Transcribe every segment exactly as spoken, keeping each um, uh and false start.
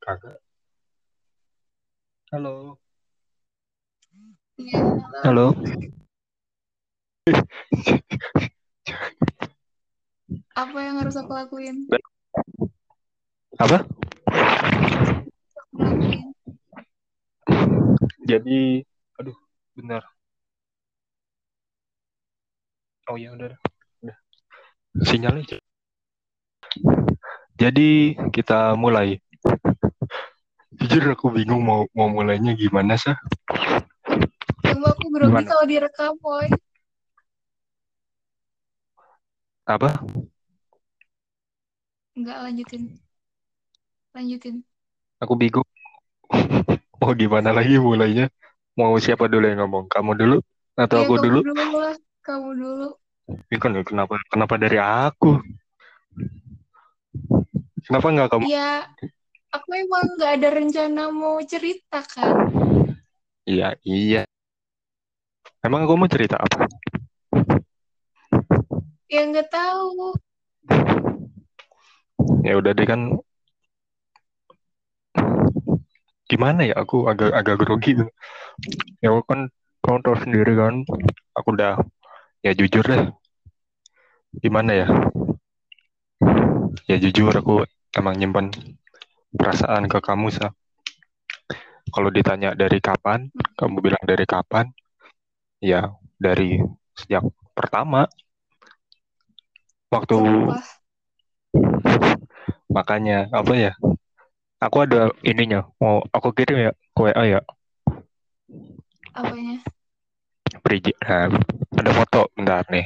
Kagak. Halo. Iya, halo. Halo. Apa yang harus aku lakuin? Apa? Aku lakuin. Jadi, aduh, benar. Oh ya udah, udah. Sinyalnya. c- Jadi kita mulai. Jujur aku bingung mau mau mulainya gimana sih? Coba aku grogi Gimana? kalau direkam, boy. Apa? Enggak, lanjutin. Lanjutin. Aku bingung. Mau gimana lagi mulainya? Mau siapa dulu yang ngomong? Kamu dulu atau Iya, aku kamu dulu? dulu lah. Kamu dulu. Ini kan kenapa kenapa dari aku? Kenapa nggak kamu? Iya, aku emang nggak ada rencana mau cerita kan. Iya, iya. Emang aku mau cerita apa? Ya nggak tahu. Ya udah deh kan. Gimana ya? Aku agak agak grogi. Ya aku kan kamu tahu sendiri kan. Aku udah ya jujur deh. Gimana ya? Ya jujur aku emang nyimpan perasaan ke kamu sah. Kalau ditanya dari kapan, kamu bilang dari kapan? Ya dari sejak pertama waktu Sumpah. makanya apa ya? Aku ada ininya. Mau aku kirim ya ke W A ya. Apanya? Priji. Nah, ada foto bentar nih.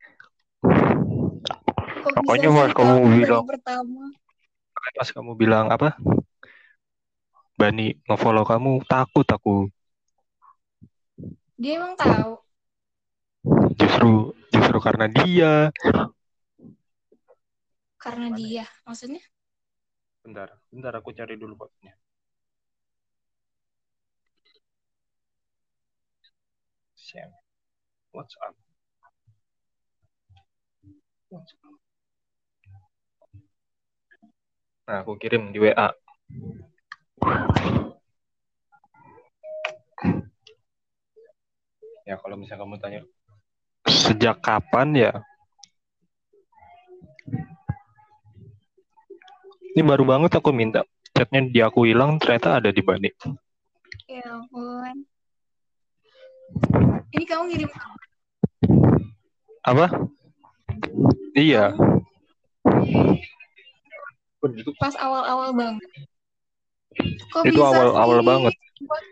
Kok bisa Pokoknya sih pas kamu kamu dari bilang, pertama? pas kamu bilang apa? Bani ngefollow kamu, takut aku. Dia emang tahu. Justru justru karena dia. Karena Mana ya? dia. Maksudnya? Bentar, bentar aku cari dulu fotonya. Share. WhatsApp. WhatsApp. Nah, aku kirim di W A. Ya, kalau misalnya kamu tanya, sejak kapan ya? Ini baru banget aku minta. Chatnya di aku hilang, ternyata ada di Bani. Ya ampun. Ini kamu ngirim Apa? Iya. kamu Begitu. pas awal-awal banget. Kok Itu bisa awal-awal sih? banget.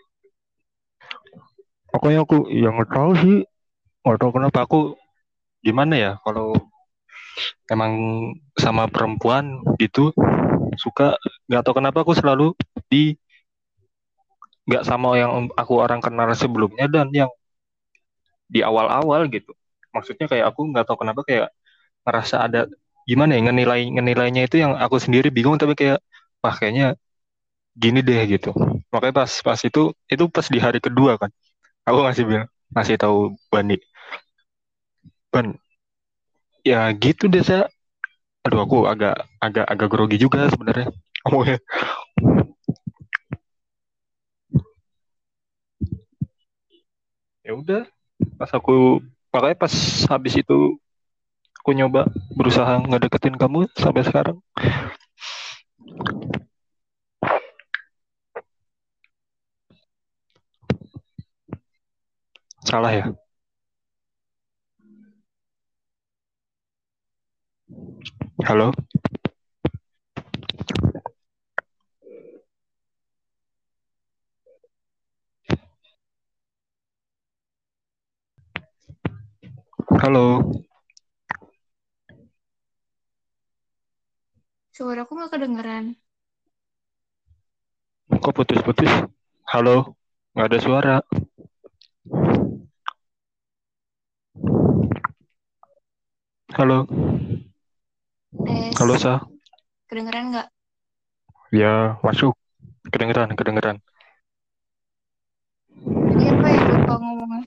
Pokoknya aku yang nggak tahu sih. Nggak tahu kenapa aku gimana ya kalau emang sama perempuan gitu suka nggak tahu kenapa aku selalu di nggak sama yang aku orang kenal sebelumnya dan yang di awal-awal gitu. Maksudnya kayak aku nggak tahu kenapa kayak ngerasa ada gimana ya ngenilai ngenilainya itu yang aku sendiri bingung tapi kayak wah kayaknya gini deh gitu. Makanya pas pas itu itu pas di hari kedua kan aku ngasih bilang ngasih tahu Bani Ban ya gitu deh saya. Aduh aku agak agak agak grogi juga sebenarnya. Kamu ya. Ya udah pas aku makanya pas habis itu aku nyoba berusaha ngedeketin kamu sampai sekarang. Salah ya? Halo? Halo? Suaraku nggak kedengeran. Kok putus-putus? Halo? Nggak ada suara. Halo? Halo, Tes. Sa? Kedengeran nggak? Ya, masuk. Kedengeran, kedengeran. Tadi apa ya lupa ngomongnya.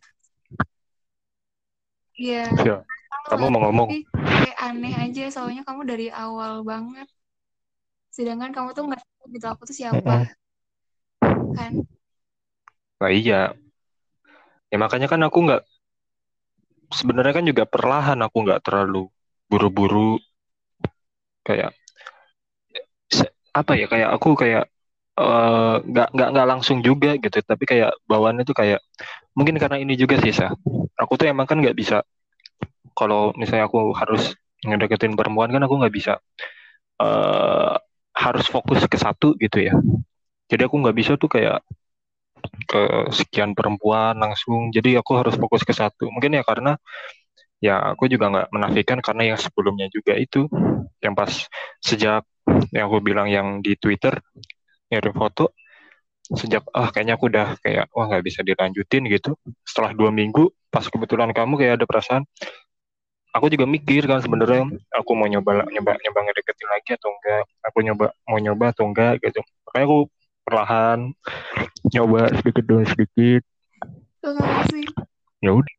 Iya, Ya, tahu kamu lah. mau ngomong. Tapi kayak aneh aja soalnya kamu dari awal banget. Sedangkan kamu tuh nggak tahu gitu aku tuh siapa Mm-mm. kan. Nah iya, ya makanya kan aku nggak, sebenarnya kan juga perlahan, aku nggak terlalu buru-buru kayak se- apa ya, kayak aku kayak eh, nggak nggak nggak langsung juga gitu, tapi kayak bawaannya tuh kayak mungkin karena ini juga sih Sa. Aku tuh emang kan nggak bisa, kalau misalnya aku harus ngedeketin perempuan kan aku nggak bisa eh harus fokus ke satu gitu ya. Jadi aku nggak bisa tuh kayak ke sekian perempuan langsung. Jadi aku harus fokus ke satu. Mungkin ya karena ya aku juga nggak menafikan karena yang sebelumnya juga itu, yang pas sejak yang aku bilang yang di Twitter ngirim foto, sejak ah kayaknya aku udah kayak wah nggak bisa dilanjutin gitu. Setelah dua minggu pas kebetulan kamu kayak ada perasaan, aku juga mikir kan sebenarnya aku mau nyoba nyoba nyoba ngedeketin lagi atau enggak, aku nyoba mau nyoba atau enggak gitu. Makanya aku perlahan nyoba sedikit demi sedikit. Tuh nggak sih? Ya udah.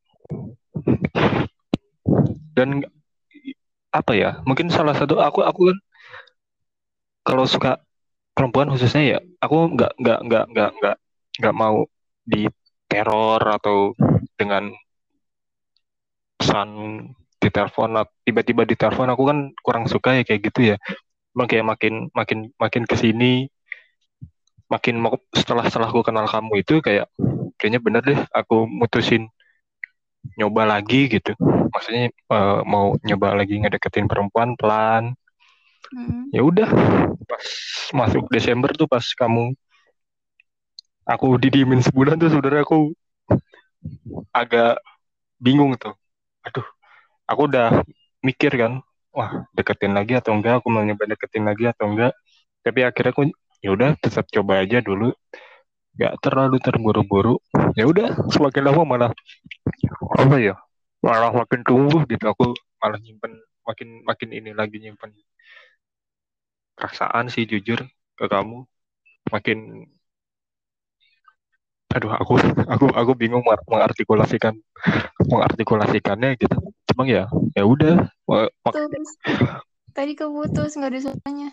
Dan apa ya, mungkin salah satu aku aku kan kalau suka perempuan khususnya ya aku nggak nggak nggak nggak nggak nggak mau di teror atau dengan pesan di telepon at- tiba-tiba di telepon, aku kan kurang suka ya kayak gitu ya. Emang kayak makin makin makin kesini makin mau setelah setelah aku kenal kamu itu kayak kayaknya bener deh aku mutusin nyoba lagi gitu. Maksudnya eh, mau nyoba lagi ngedeketin perempuan pelan. Hmm. Ya udah, pas masuk Desember tuh pas kamu aku didiemin sebulan tuh sebenarnya aku agak bingung tuh. Aduh, aku udah mikir kan, wah deketin lagi atau enggak, aku mau nyoba deketin lagi atau enggak. Tapi akhirnya aku ya udah tetap coba aja dulu, nggak terlalu terburu-buru. Ya udah, semakin lama malah apa ya, malah makin tumbuh gitu. Aku malah nyimpen makin makin ini lagi nyimpen perasaan sih jujur ke kamu. Makin aduh aku aku aku bingung meng- mengartikulasikan mengartikulasikannya gitu. Cuma ya ya udah. Wa- mak- Terus tadi keputus nggak ada suaranya.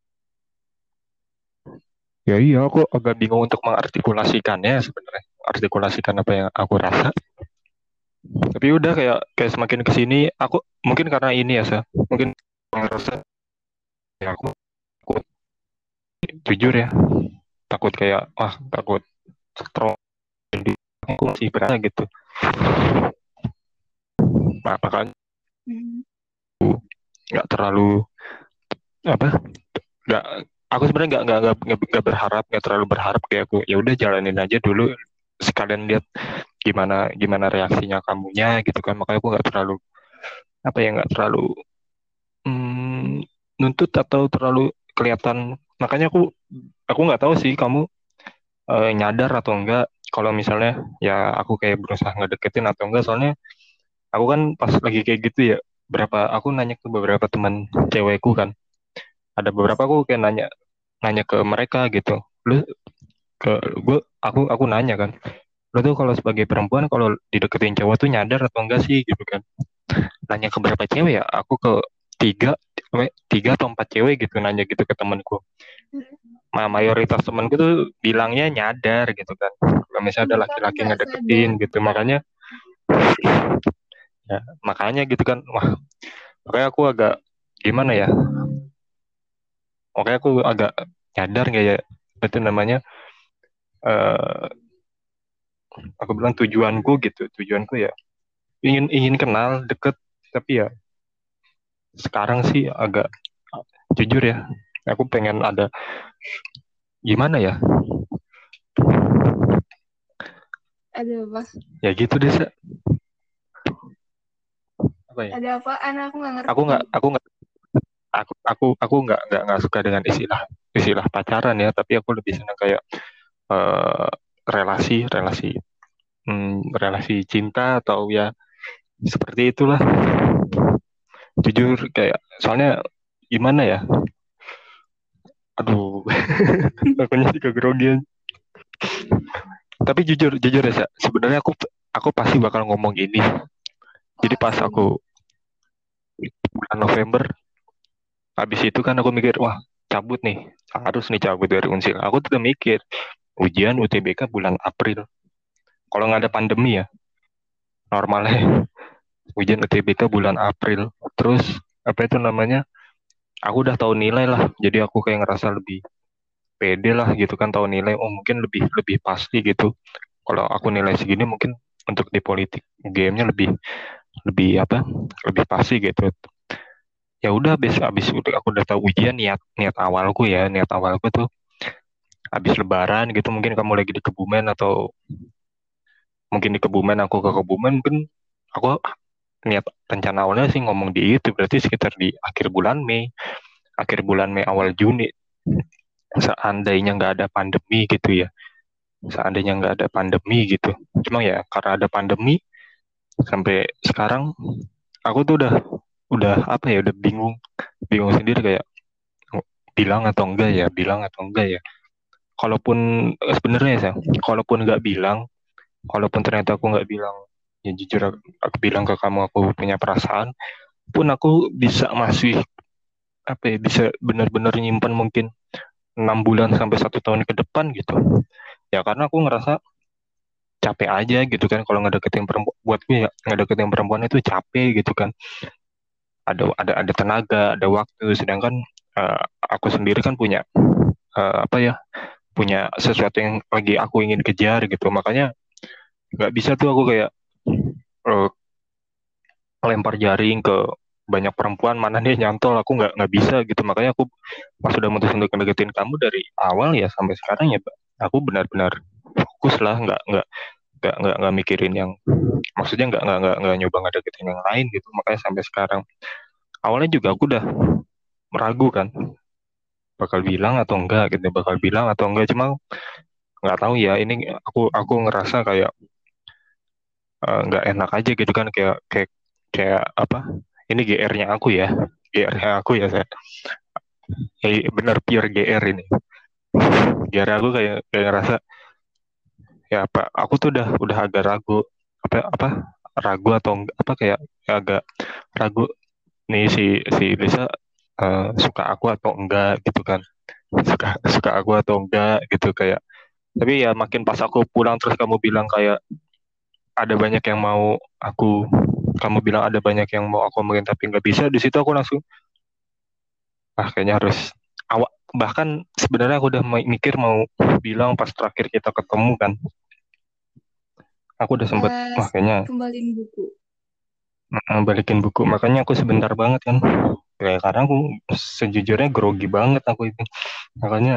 Ya iya, aku agak bingung untuk mengartikulasikannya sebenarnya. Artikulasikan apa yang aku rasa. Tapi udah kayak kayak semakin kesini aku mungkin karena ini ya, Sa. Mungkin ngerasa ya aku, aku jujur ya takut kayak wah takut stroke, jadi aku masih berasa gitu. Nah, makanya Hmm. nggak terlalu apa, nggak, aku sebenarnya nggak nggak nggak nggak nggak berharap, nggak terlalu berharap, kayak aku ya udah jalanin aja dulu sekalian lihat gimana gimana reaksinya kamunya gitu kan. Makanya aku nggak terlalu apa ya, nggak terlalu hmm, nuntut atau terlalu kelihatan. Makanya aku aku nggak tahu sih kamu eh, nyadar atau enggak kalau misalnya ya aku kayak berusaha ngedeketin atau enggak. Soalnya aku kan pas lagi kayak gitu ya, berapa aku nanya ke beberapa teman cewekku kan, ada beberapa aku kayak nanya nanya ke mereka gitu, lu ke gue aku aku nanya kan, lu tuh kalau sebagai perempuan kalau dideketin cowok tuh nyadar atau enggak sih gitu kan. Nanya ke berapa cewek ya, aku ke tiga we- tiga atau empat cewek gitu, nanya gitu ke temanku. Ma- mayoritas temanku tuh bilangnya nyadar gitu kan kalau misalnya ada Bahkan laki-laki nggak ngedeketin sadar. gitu. Makanya ya makanya gitu kan, wah makanya aku agak gimana ya, makanya aku agak nyadar nggak ya itu namanya, eh aku bilang tujuanku gitu, tujuanku ya ingin ingin kenal deket. Tapi ya sekarang sih agak jujur ya, aku pengen ada gimana ya, Ada apa? ya gitu deh Sa. Apa ya, Ada apaan? Aku nggak aku ngerti. nggak aku nggak aku aku aku nggak nggak nggak suka dengan istilah istilah pacaran ya, tapi aku lebih senang kayak eh, relasi relasi hmm, relasi cinta atau ya seperti itulah. Jujur kayak soalnya gimana ya, aduh aku juga grogi. Tapi jujur jujur ya Sa, sebenarnya aku aku pasti bakal ngomong gini. Jadi pas Pasti. aku bulan November habis itu kan aku mikir wah cabut nih, harus nih cabut dari Unsil. Aku tuh udah mikir, ujian U T B K bulan April. Kalau nggak ada pandemi ya, normalnya ujian U T B K bulan April. Terus apa itu namanya? Aku udah tahu nilai lah, jadi aku kayak ngerasa lebih pede lah gitu kan, tahu nilai. Oh mungkin lebih lebih pasti gitu. Kalau aku nilai segini mungkin untuk di politik gamenya lebih lebih apa? Lebih pasti gitu. Ya udah, habis habis udah aku udah tahu ujian, niat niat awalku ya, niat awalku tuh habis Lebaran gitu, mungkin kamu lagi di Kebumen atau mungkin di Kebumen, aku ke Kebumen, mungkin aku niat rencana awalnya sih ngomong di itu berarti sekitar di akhir bulan Mei, akhir bulan Mei awal Juni, seandainya nggak ada pandemi gitu ya, seandainya nggak ada pandemi gitu. Cuma ya karena ada pandemi sampai sekarang aku tuh udah udah apa ya, udah bingung bingung sendiri kayak bilang atau enggak ya, bilang atau enggak ya. Kalaupun eh, sebenarnya ya, kalaupun nggak bilang, kalaupun ternyata aku nggak bilang, ya jujur aku, aku bilang ke kamu aku punya perasaan, pun aku bisa masih apa ya, bisa benar-benar nyimpan mungkin enam bulan sampai satu tahun ke depan gitu. Ya karena aku ngerasa capek aja gitu kan, kalau ngedeketin perempuan, buat gue ya ngedeketin perempuan itu capek gitu kan. Ada ada ada tenaga, ada waktu, sedangkan eh, aku sendiri kan punya eh, apa ya, punya sesuatu yang lagi aku ingin kejar gitu. Makanya nggak bisa tuh aku kayak eh, lempar jaring ke banyak perempuan, mana nih nyantol, aku nggak nggak bisa gitu. Makanya aku pas sudah mutus untuk ngedeketin kamu dari awal ya sampai sekarang ya, Mbak, aku benar-benar fokus lah, nggak nggak nggak nggak nggak mikirin yang, maksudnya nggak nggak nggak nggak nyoba ngedeketin yang lain gitu. Makanya sampai sekarang, awalnya juga aku udah meragu kan, bakal bilang atau enggak gitu, bakal bilang atau enggak, cuma nggak tahu ya, ini aku aku ngerasa kayak eh, nggak enak aja gitu kan, kayak kayak kayak apa, ini G R-nya aku ya, G R-nya aku ya, saya ya, bener pure G R ini. G R aku kayak kayak ngerasa ya apa, aku tuh udah udah agak ragu, apa apa ragu atau enggak, apa kayak agak ragu nih, si si Lisa eh, suka aku atau enggak gitu kan, suka suka aku atau enggak gitu kayak. Tapi ya makin pas aku pulang terus kamu bilang kayak ada banyak yang mau aku, kamu bilang ada banyak yang mau aku omongin tapi nggak bisa, di situ aku langsung ah kayaknya harus awak, bahkan sebenarnya aku udah mikir mau bilang pas terakhir kita ketemu kan, aku udah sempet Pas wah kayaknya kembaliin buku. eh, balikin buku. Makanya aku sebentar banget kan, kayak karena aku sejujurnya grogi banget aku itu. Makanya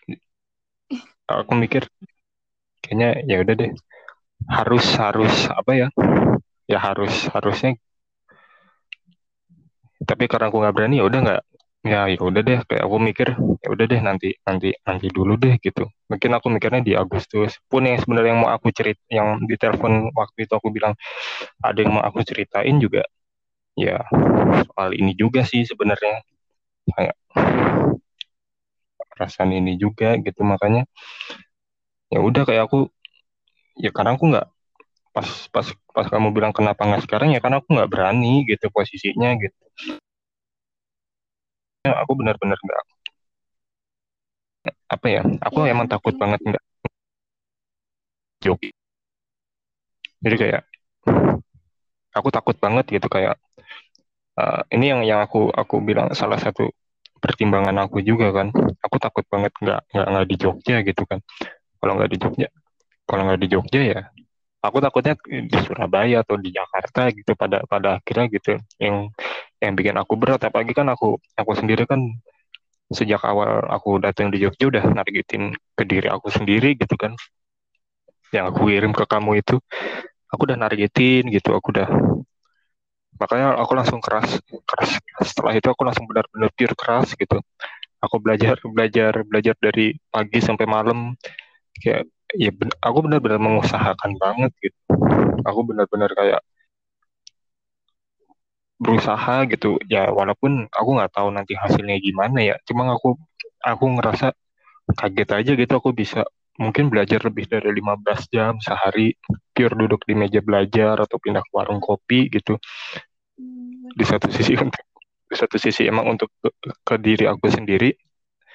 aku mikir kayaknya ya udah deh, harus harus apa ya, ya harus harusnya, tapi karena aku nggak berani, ya udah nggak, ya ya udah deh, kayak aku mikir ya udah deh, nanti nanti nanti dulu deh gitu. Mungkin aku mikirnya di Agustus pun, yang sebenarnya yang mau aku cerit, yang di telepon waktu itu aku bilang ada yang mau aku ceritain juga, ya soal ini juga sih sebenarnya, kayak perasaan ini juga gitu. Makanya ya udah, kayak aku, ya karena aku nggak, pas pas pas kamu bilang kenapa nggak sekarang, ya karena aku nggak berani gitu posisinya gitu. Ya, aku benar-benar nggak apa ya, aku Iya, emang takut ngerti. banget nggak joki, jadi kayak aku takut banget gitu kayak eh, ini yang yang aku aku bilang salah satu pertimbangan aku juga kan, aku takut banget nggak nggak nggak di Jogja gitu kan. Kalau nggak di Jogja, kalau nggak di Jogja ya aku takutnya di Surabaya atau di Jakarta gitu, pada pada akhirnya gitu, yang yang bikin aku berat. Apalagi kan aku aku sendiri kan sejak awal aku datang di Jogja udah nargetin ke diri aku sendiri gitu kan, yang aku kirim ke kamu itu aku udah nargetin gitu, aku udah, makanya aku langsung keras keras. Setelah itu aku langsung benar-benar pure keras gitu. Aku belajar belajar belajar dari pagi sampai malam, kayak ya ben- aku benar-benar mengusahakan banget gitu. Aku benar-benar kayak berusaha gitu ya, walaupun aku nggak tahu nanti hasilnya gimana ya, cuma aku aku ngerasa kaget aja gitu, aku bisa mungkin belajar lebih dari lima belas jam sehari pure duduk di meja belajar atau pindah ke warung kopi gitu. Hmm, Di ngerti. satu sisi untuk, di satu sisi emang untuk ke, ke diri aku sendiri,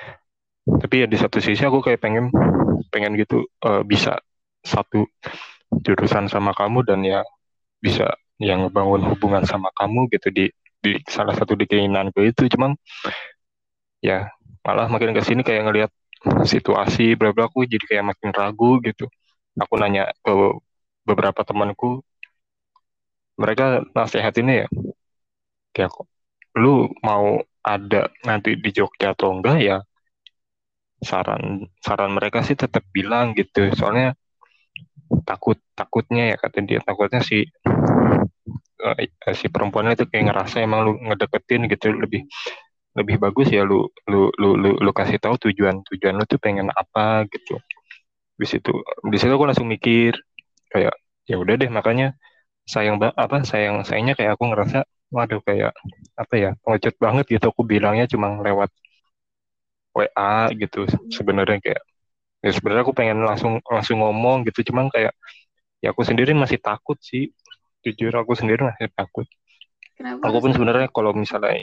Tapi ya di satu sisi aku kayak pengen pengen gitu eh, bisa satu jurusan sama kamu dan ya bisa yang ngebangun hubungan sama kamu gitu di di salah satu di keinginanku itu. Cuman ya malah makin ke sini kayak ngelihat situasi bla bla aku jadi kayak makin ragu gitu. Aku nanya ke beberapa temanku, mereka nasihatinnya ya kayak kok lu mau ada nanti di Jogja atau enggak ya, saran saran mereka sih tetap bilang gitu, soalnya takut takutnya ya kata dia, takutnya si eh, si perempuan itu kayak ngerasa emang lu ngedeketin gitu, lebih lebih bagus ya lu lu lu lu, lu kasih tahu tujuan tujuan lu tuh pengen apa gitu. Di situ di situ aku langsung mikir kayak ya udah deh, makanya sayang banget apa sayang sayangnya kayak aku ngerasa waduh kayak apa ya, pengecut banget gitu aku bilangnya cuma lewat W A gitu. Sebenarnya kayak ya sebenarnya aku pengen langsung langsung ngomong gitu, cuman kayak ya aku sendiri masih takut sih, jujur aku sendiri masih takut. Kenapa Aku harus pun takut? sebenarnya kalau misalnya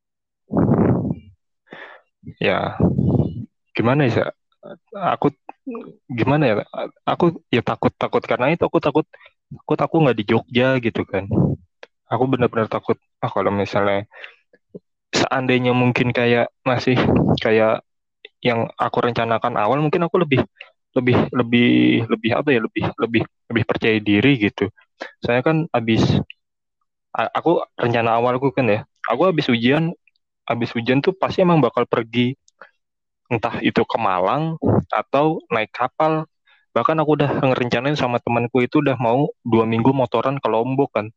ya gimana ya, aku gimana ya, aku ya takut takut karena itu aku takut takut aku nggak di Jogja gitu kan. Aku benar-benar takut ah kalau misalnya seandainya mungkin kayak masih kayak yang aku rencanakan awal, mungkin aku lebih lebih lebih lebih apa ya, lebih lebih lebih percaya diri gitu. Saya kan abis a- aku rencana awalku kan ya, aku habis ujian habis ujian tuh pasti emang bakal pergi, entah itu ke Malang atau naik kapal. Bahkan aku udah ngerencanain sama temanku itu udah mau dua minggu motoran ke Lombok kan.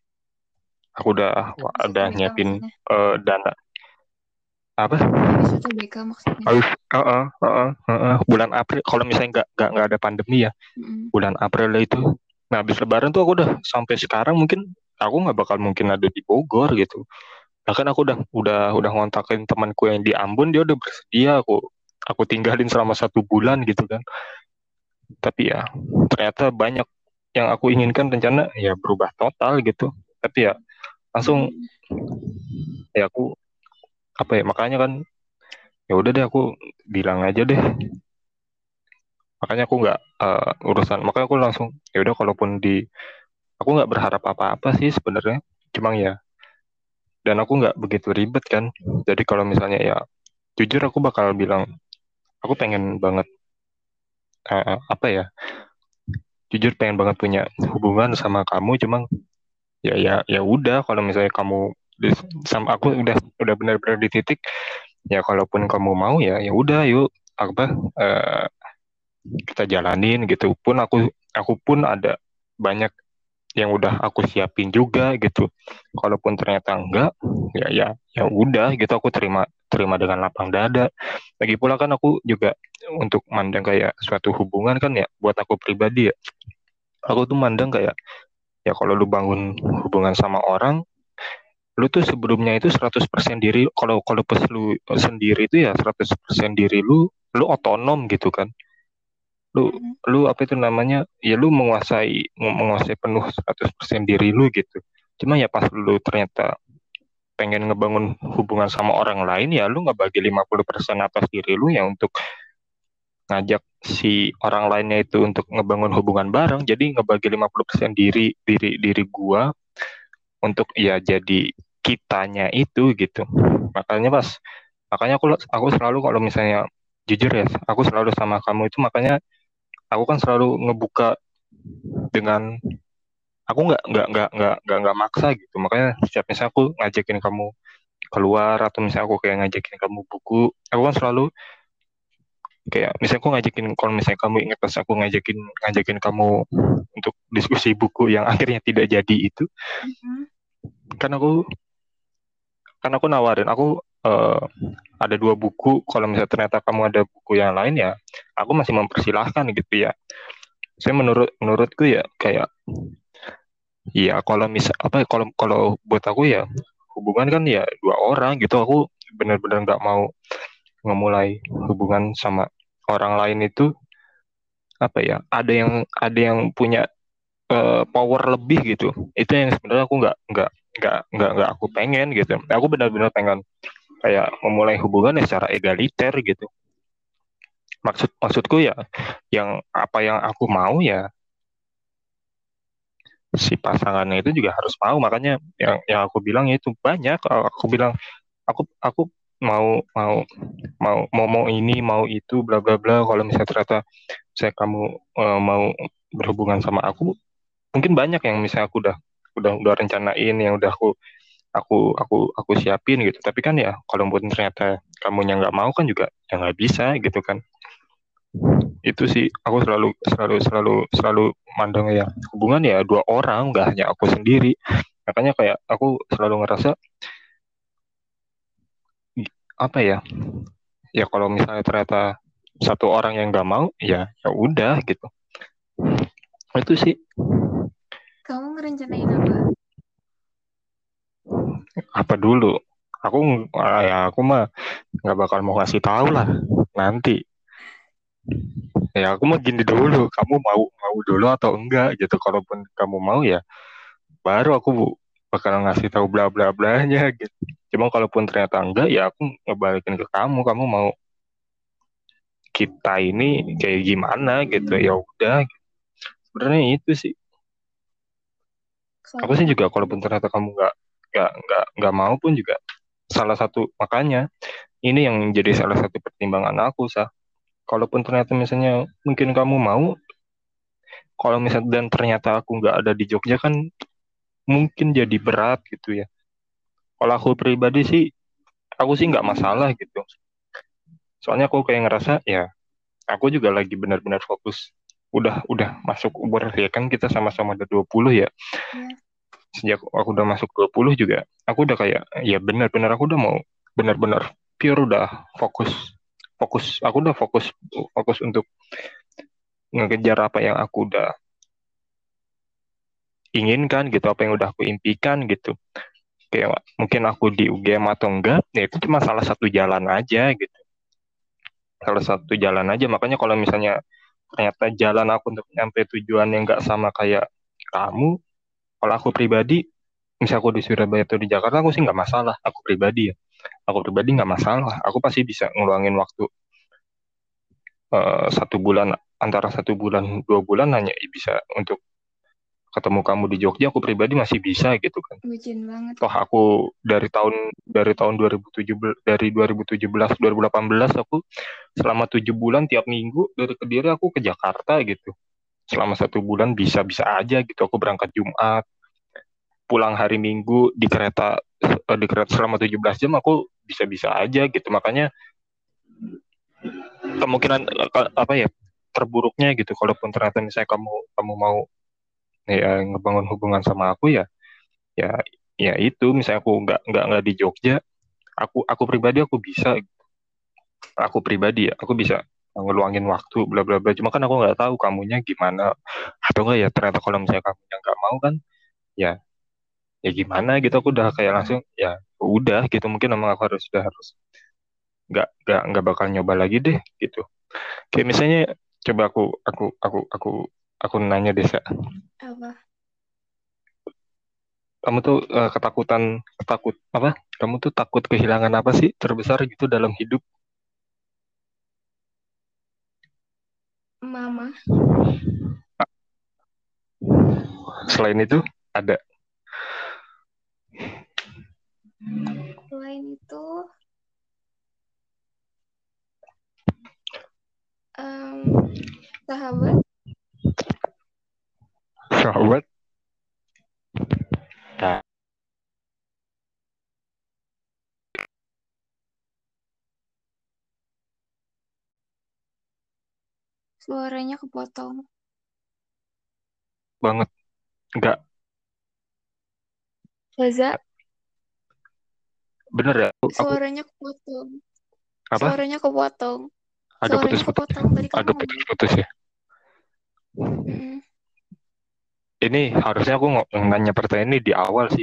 Aku udah Habis ada U T B K nyiapin maksudnya. eh, dana apa. Habis U T B K maksudnya. Habis uh, uh, uh, uh, uh, bulan April kalau misalnya nggak nggak nggak ada pandemi ya, Mm-mm. bulan April itu. Nah habis Lebaran tuh aku udah sampai sekarang mungkin aku nggak bakal mungkin ada di Bogor gitu. Bahkan aku udah udah udah ngontakin temanku yang di Ambon, dia udah bersedia aku aku tinggalin selama satu bulan gitu kan. Tapi ya ternyata banyak yang aku inginkan rencana ya berubah total gitu. Tapi ya langsung Mm-mm. ya aku apa ya, makanya kan ya udah deh aku bilang aja deh. Makanya aku nggak eh, urusan, makanya aku langsung ya udah kalaupun di, aku nggak berharap apa-apa sih sebenarnya. Cuma ya dan aku nggak begitu ribet kan. Jadi kalau misalnya ya jujur aku bakal bilang aku pengen banget eh, apa ya, jujur pengen banget punya hubungan sama kamu. Cuma ya ya ya udah kalau misalnya kamu di- sama aku udah udah benar-benar di titik ya, kalaupun kamu mau ya ya udah yuk apa eh, kita jalanin gitu. Pun aku aku pun ada banyak yang udah aku siapin juga gitu. Kalaupun ternyata enggak ya ya ya udah gitu, aku terima terima dengan lapang dada. Lagi pula kan aku juga untuk mandang kayak suatu hubungan kan ya, buat aku pribadi ya, aku tuh mandang kayak ya kalau lu bangun hubungan sama orang, lu tuh sebelumnya itu seratus persen diri. Kalau kalau pas lu sendiri itu ya seratus persen diri lu, lu otonom gitu kan. Lu Mm-mm. lu apa itu namanya? Ya lu menguasai menguasai penuh seratus persen diri lu gitu. Cuma ya pas lu ternyata pengen ngebangun hubungan sama orang lain, ya lu nggak bagi lima puluh persen atas diri lu ya untuk ngajak si orang lainnya itu untuk ngebangun hubungan bareng. Jadi ngebagi lima puluh persen diri diri diri gua untuk ya jadi kitanya itu gitu. Makanya pas makanya aku aku selalu kalau misalnya jujur ya, aku selalu sama kamu itu, makanya aku kan selalu ngebuka dengan aku nggak nggak nggak nggak nggak nggak maksa gitu. Makanya setiap misalnya aku ngajakin kamu keluar atau misalnya aku kayak ngajakin kamu buku, aku kan selalu kayak misalnya aku ngajakin, kalau misalnya kamu ingat pas aku ngajakin ngajakin kamu untuk diskusi buku yang akhirnya tidak jadi itu, Mm-mm. kan aku kan aku nawarin aku eh, ada dua buku, kalau misalnya ternyata kamu ada buku yang lain ya aku masih mempersilahkan gitu ya. Saya menurut menurutku ya kayak iya, kalau misal apa ya, kalau kalau buat aku ya hubungan kan ya dua orang gitu. Aku benar-benar nggak mau ngemulai hubungan sama orang lain itu apa ya, ada yang ada yang punya eh, power lebih gitu. Itu yang sebenarnya aku nggak nggak nggak nggak nggak aku pengen gitu. Aku benar-benar pengen kayak memulai hubungan ya secara egaliter gitu. Maksud maksudku ya, yang apa yang aku mau ya si pasangannya itu juga harus mau. Makanya yang yang aku bilang ya itu banyak. Aku bilang aku aku mau mau mau mau mau ini mau itu bla bla bla. Kalau misalnya ternyata saya kamu eh, mau berhubungan sama aku, mungkin banyak yang misalnya aku udah udah udah rencanain, yang udah aku aku aku aku siapin gitu. Tapi kan ya kalaupun ternyata kamunya nggak mau kan juga ya nggak bisa gitu kan. Itu sih aku selalu selalu selalu selalu mandang ya, hubungan ya dua orang, nggak hanya aku sendiri. Makanya kayak aku selalu ngerasa apa ya, ya kalau misalnya ternyata satu orang yang nggak mau ya ya udah gitu. Itu sih. Kamu ngerencanain apa? Apa dulu, aku ah, ya aku mah nggak bakal mau ngasih tahu lah nanti. Ya aku mah gini dulu, kamu mau mau dulu atau enggak gitu. Kalaupun kamu mau ya baru aku bakal ngasih tahu bla bla blanya gitu. Cuma kalaupun ternyata enggak ya aku ngebalikin ke kamu, kamu mau kita ini kayak gimana gitu, ya udah. Sebenarnya itu sih. Aku Kalau sih juga aku, kalaupun ternyata kamu nggak nggak nggak nggak mau pun juga salah satu, makanya ini yang jadi salah satu pertimbangan aku sah. Kalaupun ternyata misalnya mungkin kamu mau, kalau misalnya dan ternyata aku nggak ada di Jogja kan mungkin jadi berat gitu ya. Kalau aku pribadi sih, aku sih nggak mm-mm, masalah gitu. Soalnya aku kayak ngerasa ya, aku juga lagi benar-benar fokus. Udah udah masuk umur ya kan, kita sama-sama udah dua puluh ya. ya. Sejak aku udah masuk dua puluh juga, aku udah kayak ya benar-benar aku udah mau benar-benar pure udah fokus. Fokus, aku udah fokus fokus untuk ngekejar apa yang aku udah inginkan gitu, apa yang udah aku impikan gitu. Kayak mungkin aku di U G M atau enggak, ya itu cuma salah satu jalan aja gitu. Salah satu jalan aja. Makanya kalau misalnya ternyata jalan aku untuk nyampe tujuan yang nggak sama kayak kamu, kalau aku pribadi, misal aku di Surabaya atau di Jakarta, aku sih nggak masalah. Aku pribadi ya, aku pribadi nggak masalah. Aku pasti bisa ngeluangin waktu eh, satu bulan, antara satu bulan dua bulan hanya bisa untuk ketemu kamu di Jogja. Aku pribadi masih bisa gitu kan. Bucin banget. Toh aku dari tahun dari tahun dua ribu tujuh belas, dari dua ribu tujuh belas dua ribu delapan belas aku selama tujuh bulan tiap minggu dari Kediri aku ke Jakarta gitu. Selama satu bulan bisa-bisa aja gitu. Aku berangkat Jumat, pulang hari Minggu di kereta eh, di kereta selama tujuh belas jam aku bisa-bisa aja gitu. Makanya kemungkinan eh, apa ya, terburuknya gitu kalaupun ternyata misalnya kamu kamu mau ya ngebangun hubungan sama aku ya ya ya itu misalnya aku nggak nggak nggak di Jogja, aku aku pribadi aku bisa, aku pribadi ya aku bisa ngeluangin waktu bla bla bla. Cuma kan aku nggak tahu kamunya gimana, atau enggak ya ternyata kalau misalnya kamunya nggak mau kan ya ya gimana gitu. Aku udah kayak langsung ya udah gitu, mungkin emang aku harus udah harus nggak nggak nggak bakal nyoba lagi deh gitu. Kayak misalnya coba aku aku aku aku aku nanya deh Sa. Apa? Kamu tuh eh, ketakutan ketakut apa, kamu tuh takut kehilangan apa sih terbesar gitu dalam hidup? Mama. Selain itu ada? Selain itu, em, sahabat. Sahabat. Nah, Suaranya kepotong. banget. Enggak, Reza, bener ya. Aku, aku suaranya kepotong. apa? Suaranya kepotong. Agak Suaranya putus-putus. kepotong. Tadi kamu Agak ngomong. putus-putus ya. Mm-mm. Ini harusnya aku ng- nanya pertanyaan ini di awal sih.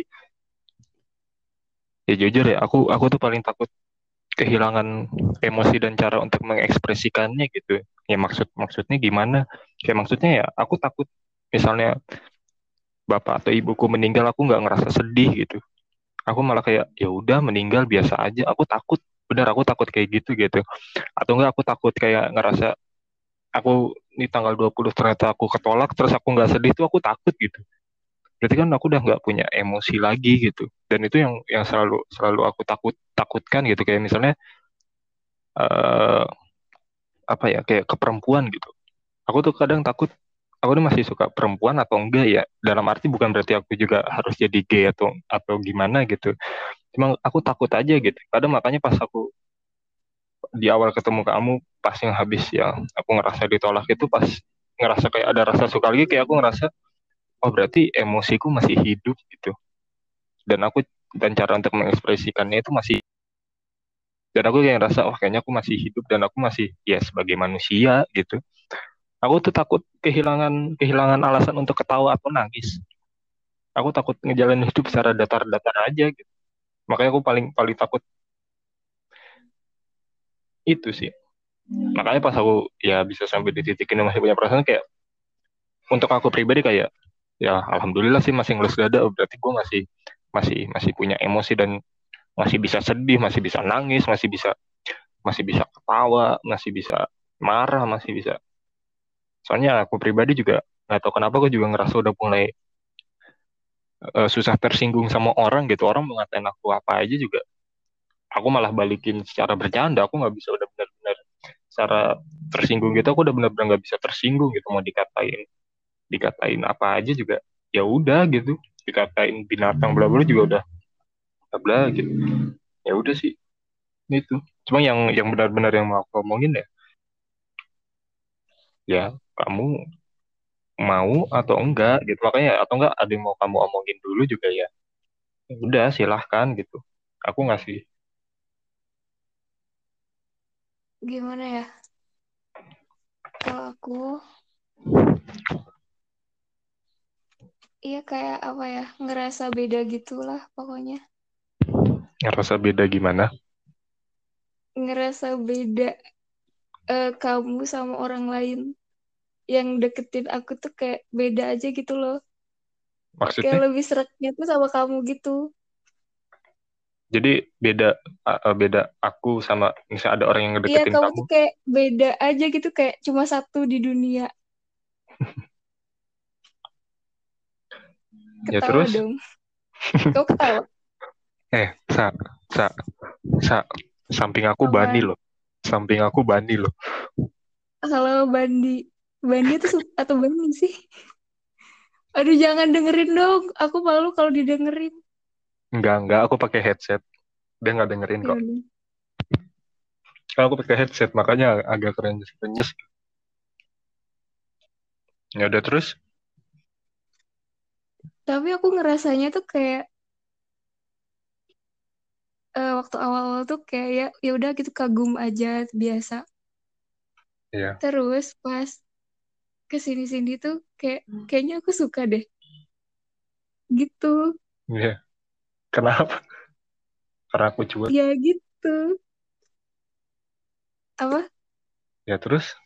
Ya jujur ya, aku aku tuh paling takut kehilangan emosi dan cara untuk mengekspresikannya gitu. Ya maksud maksudnya gimana? Kayak maksudnya ya aku takut misalnya bapak atau ibuku meninggal aku nggak ngerasa sedih gitu. Aku malah kayak ya udah meninggal biasa aja. Aku takut. benar aku takut kayak gitu gitu. Atau enggak aku takut kayak ngerasa aku di tanggal dua puluh ternyata aku ketolak terus aku nggak sedih tuh aku takut gitu. Berarti kan aku udah nggak punya emosi lagi gitu. Dan itu yang yang selalu selalu aku takut takutkan gitu kayak misalnya eh apa ya kayak ke perempuan gitu. Aku tuh kadang takut aku tuh masih suka perempuan atau enggak ya. Dalam arti bukan berarti aku juga harus jadi gay atau atau gimana gitu. Cuma aku takut aja gitu. Kadang makanya pas aku di awal ketemu kamu pas yang habis ya aku ngerasa ditolak itu pas ngerasa kayak ada rasa suka lagi kayak aku ngerasa oh berarti emosiku masih hidup gitu dan aku dan cara untuk mengekspresikannya itu masih dan aku kayak ngerasa oh kayaknya aku masih hidup dan aku masih ya sebagai manusia gitu aku tuh takut kehilangan kehilangan alasan untuk ketawa atau nangis aku takut ngejalanin hidup secara datar-datar aja gitu makanya aku paling paling takut itu sih makanya pas aku ya bisa sampai di titik ini masih punya perasaan kayak untuk aku pribadi kayak ya alhamdulillah sih masih ngelus dada oh, berarti gue masih masih masih punya emosi dan masih bisa sedih masih bisa nangis masih bisa masih bisa ketawa masih bisa marah masih bisa soalnya aku pribadi juga nggak tahu kenapa aku juga ngerasa udah mulai eh, susah tersinggung sama orang gitu orang mau ngatain aku apa aja juga aku malah balikin secara bercanda aku nggak bisa udah benar-benar secara tersinggung gitu aku udah benar-benar nggak bisa tersinggung gitu mau dikatain dikatain apa aja juga ya udah gitu dikatain binatang bla bla juga udah bla bla gitu ya udah sih itu cuma yang yang benar-benar yang mau aku omongin ya ya kamu mau atau enggak gitu makanya atau enggak ada yang mau kamu omongin dulu juga ya ya udah silahkan gitu aku ngasih Gimana ya? Kalau aku, iya kayak apa ya, ngerasa beda gitulah pokoknya. ngerasa beda gimana Ngerasa beda eh, kamu sama orang lain yang deketin aku tuh kayak beda aja gitu loh. Kayak maksudnya lebih seraknya tuh sama kamu gitu. jadi beda uh, uh, beda aku sama misalnya ada orang yang Iya, ngedeketin kamu kamu tuh kayak beda aja gitu, kayak cuma satu di dunia. ya Ketawa terus dong. Kau ketawa. eh sa sa sa samping aku Bani Apaan? loh samping aku Bani loh Halo Bandi. Bandi tuh su- atau Bandi sih? Aduh jangan dengerin dong. Aku malu kalau didengerin. enggak enggak aku pakai headset dia nggak dengerin Ya kok udah. kan aku pakai headset makanya agak kerenyes-kerenyes ya udah terus Tapi aku ngerasanya tuh kayak eh, waktu awal-awal tuh kayak ya ya udah gitu kagum aja biasa. ya Terus pas kesini-sini tuh kayak kayaknya aku suka deh. Gitu. ya kenapa karena aku cuek Ya gitu. Apa? ya terus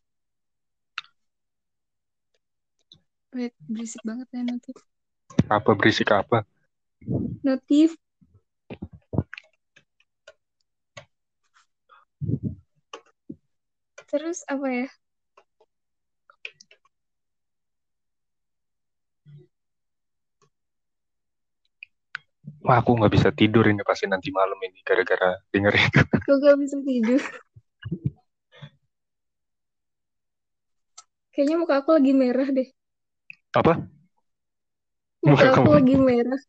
Wait, berisik banget ya notif. apa berisik apa Notif. Terus apa ya? wah aku nggak bisa tidur ini pasti nanti malam ini gara-gara dengerin Kok gak bisa tidur? Kayaknya muka aku lagi merah deh. apa Muka muka aku kamu lagi merah.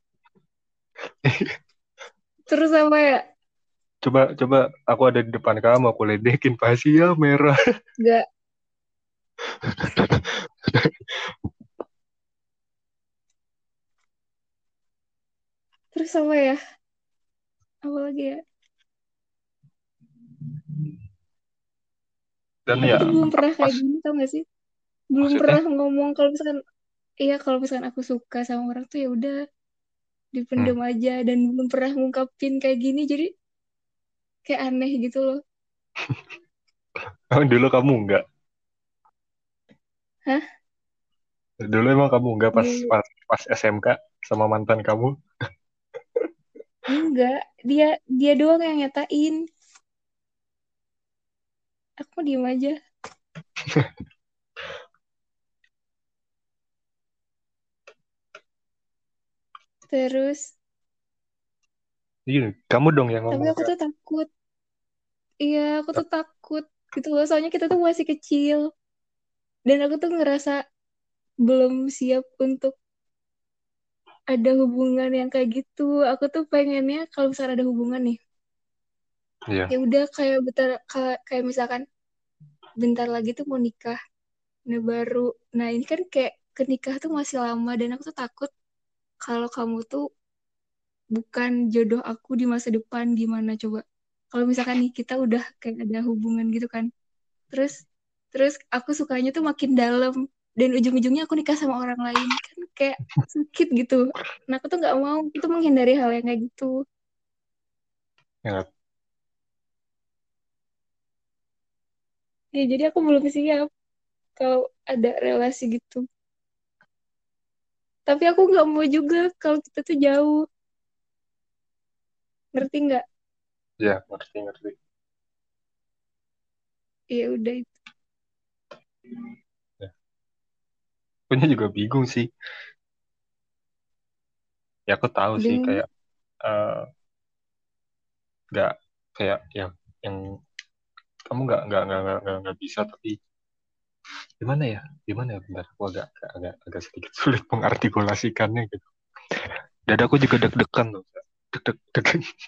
Terus apa ya? coba coba aku ada di depan kamu aku ledekin pasti ya merah Gak. Terus apa ya? Apa lagi ya? dan Aku ya tuh belum pernah kayak pas gini, tau gak sih? Belum maksudnya pernah ngomong kalau misalkan, iya kalau misalkan aku suka sama orang tuh ya udah hmm. dipendem aja dan belum pernah ngungkapin kayak gini, jadi kayak aneh gitu loh. Oh, dulu kamu enggak Hah? dulu emang kamu enggak pas Dulu pas, pas S M K sama mantan kamu enggak, dia dia doang yang nyatain. Aku mau diem aja. Terus, Iya, kamu dong yang tapi ngomong aku kan. tuh takut. Iya, aku tuh takut gitu loh. Soalnya kita tuh masih kecil. Dan aku tuh ngerasa belum siap untuk ada hubungan yang kayak gitu. Aku tuh pengennya kalau misalnya ada hubungan nih, Iya, ya udah kayak bentar kayak, kayak misalkan bentar lagi tuh mau nikah. Nah baru, nah ini kan kayak ke nikah tuh masih lama dan aku tuh takut kalau kamu tuh bukan jodoh aku di masa depan gimana coba. Kalau misalkan nih kita udah kayak ada hubungan gitu kan, terus terus aku sukanya tuh makin dalam dan ujung-ujungnya aku nikah sama orang lain kan kayak sakit gitu. Nah aku tuh nggak mau, itu menghindari hal yang kayak gitu. ya, Ya jadi aku belum siap kalau ada relasi gitu. Tapi aku nggak mau juga kalau kita tuh jauh, ngerti nggak? ya, ngerti, ngerti. Ya udah itu. Ya, punya juga bingung sih. Ya aku tahu sih Bingungnya kayak eh, nggak kayak ya yang kamu nggak nggak nggak nggak nggak nggak bisa tapi gimana ya gimana ya bentar aku agak agak agak, agak sedikit sulit mengartikulasikannya gitu. Dadaku juga deg-degan loh. Deg deg deg.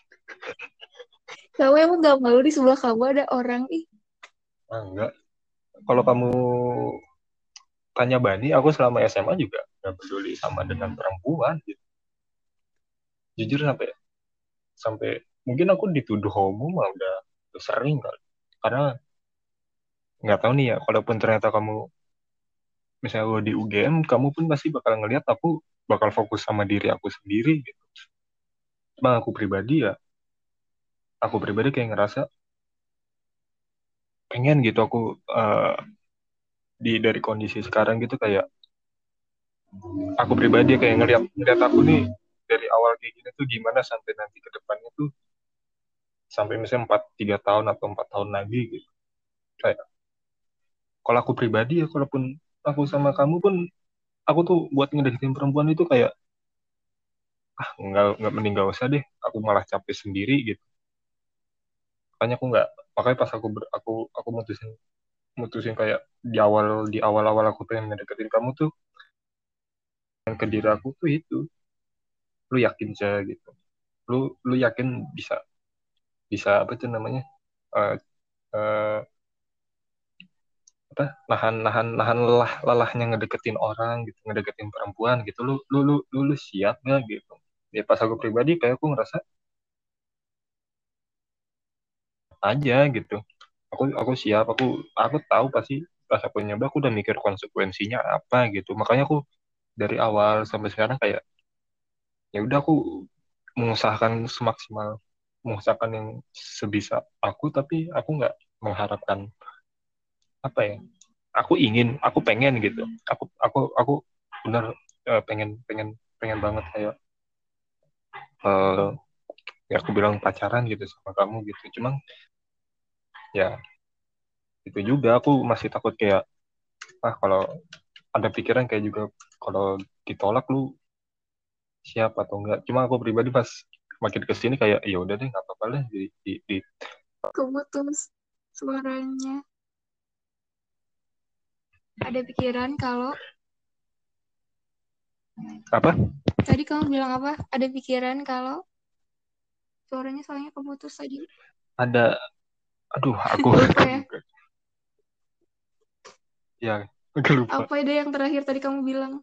kamu emang nggak malu di sebelah kamu ada orang ih. Ah, enggak. Kalau kamu tanya Bani, aku selama S M A juga nggak peduli sama dengan perempuan gitu. Jujur sampai sampai mungkin aku dituduh homo mah udah, udah sering kali. Karena nggak tahu nih ya, kalaupun ternyata kamu misalnya lo di U G M, kamu pun pasti bakal ngelihat aku bakal fokus sama diri aku sendiri gitu. Cuma aku pribadi ya, aku pribadi kayak ngerasa pengen gitu aku eh, di dari kondisi sekarang gitu kayak aku pribadi kayak ngeliat ngeliat aku nih dari awal kayak gini tuh gimana sampai nanti ke depannya tuh sampai misalnya empat tiga tahun atau empat tahun lagi gitu. Kayak kalau aku pribadi ya kalaupun aku sama kamu pun aku tuh buat ngedeketin perempuan itu kayak ah nggak nggak mending nggak usah deh aku malah capek sendiri gitu. Makanya aku nggak makanya pas aku ber, aku aku mutusin mutusin kayak di awal di awal-awal aku pengen ngedeketin kamu tuh yang ke diri aku tuh itu lu yakin saya gitu lu lu yakin bisa bisa apa tuh namanya eh eh, apa nahan nahan nahan lelah lelahnya ngedeketin orang gitu ngedeketin perempuan gitu lu lu lu lu, lu siap nggak gitu ya pas aku pribadi kayak aku ngerasa aja gitu aku aku siap aku aku tahu pasti pas aku nyoba aku udah mikir konsekuensinya apa gitu makanya aku dari awal sampai sekarang kayak ya udah aku mengusahakan semaksimal mengusahakan yang sebisa aku tapi aku nggak mengharapkan apa ya aku ingin aku pengen gitu aku aku aku benar eh, pengen pengen pengen banget kayak eh ya aku bilang pacaran gitu sama kamu gitu cuman ya itu juga aku masih takut kayak ah kalau ada pikiran kayak juga kalau ditolak lu siap atau enggak cuma aku pribadi pas makin kesini kayak ya udah deh nggak apa-apa lah di, di, di Keputus suaranya. Ada pikiran kalau apa tadi kamu bilang apa? Ada pikiran kalau suaranya soalnya keputus tadi. ada aduh aku Lupa agak ya. lupa ya agak lupa Apa ide yang terakhir tadi kamu bilang?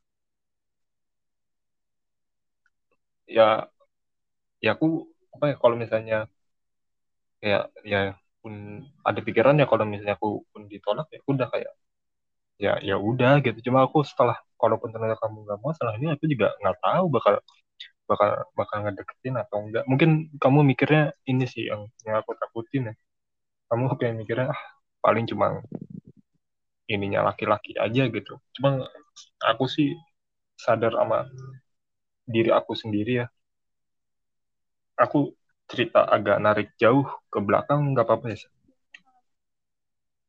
ya ya aku apa ya kalau misalnya kayak ya pun ada pikiran ya kalau misalnya aku pun ditolak ya udah kayak ya ya udah gitu cuma aku setelah kalaupun ternyata kamu nggak mau setelah ini aku juga nggak tahu bakal bakal bakal ngedeketin atau enggak mungkin kamu mikirnya ini sih yang yang aku takutin ya kamu kayak mikirnya ah paling cuma ininya laki-laki aja gitu cuma aku sih sadar sama diri aku sendiri ya aku cerita agak narik jauh ke belakang nggak apa-apa ya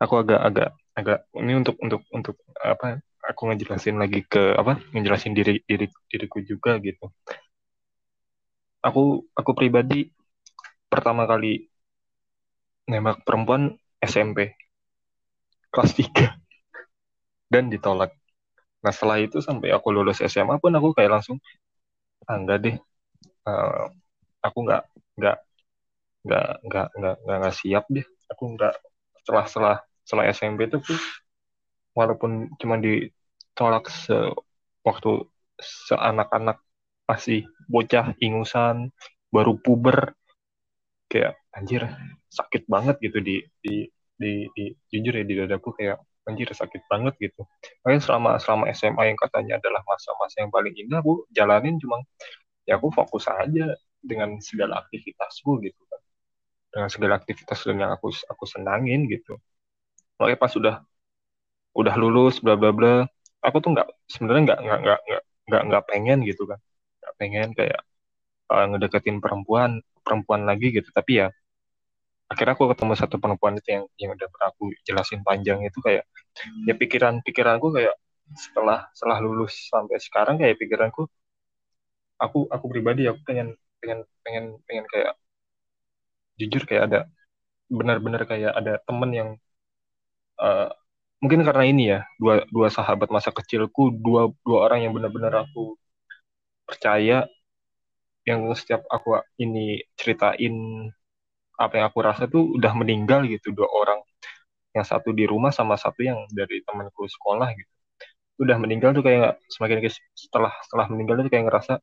aku agak agak agak ini untuk untuk untuk apa? Aku ngejelasin lagi ke apa? Ngejelasin diri diri diriku juga gitu. Aku aku pribadi pertama kali nembak perempuan S M P kelas tiga dan ditolak. Nah setelah itu sampai aku lulus S M A pun aku kayak langsung ah, enggak deh, eh, aku nggak nggak nggak nggak nggak nggak nggak siap deh. Aku nggak setelah setelah setelah S M P itu tuh walaupun cuma ditolak sewaktu seanak-anak masih bocah ingusan baru puber kayak anjir sakit banget gitu di di di, di jujur ya di dadaku kayak anjir sakit banget gitu. Makanya selama selama S M A yang katanya adalah masa-masa yang paling indah aku jalanin cuma ya aku fokus aja dengan segala aktivitasku gitu kan, dengan segala aktivitas yang aku aku senangin gitu. Makanya pas sudah udah lulus bla bla bla aku tuh nggak sebenarnya nggak nggak nggak nggak nggak nggak pengen gitu kan, nggak pengen kayak uh, ngedeketin perempuan perempuan lagi gitu, tapi ya akhirnya aku ketemu satu perempuan itu yang yang udah pernah aku jelasin panjang itu kayak ya pikiran pikiranku kayak setelah setelah lulus sampai sekarang kayak pikiranku aku aku pribadi aku pengen pengen pengen pengen kayak jujur kayak ada benar-benar kayak ada temen yang uh, mungkin karena ini ya dua dua sahabat masa kecilku, dua dua orang yang benar-benar aku percaya, yang setiap aku ini ceritain apa yang aku rasa tuh udah meninggal gitu, dua orang, yang satu di rumah sama satu yang dari temanku sekolah gitu udah meninggal tuh kayak semakin ke- setelah setelah meninggal tuh kayak ngerasa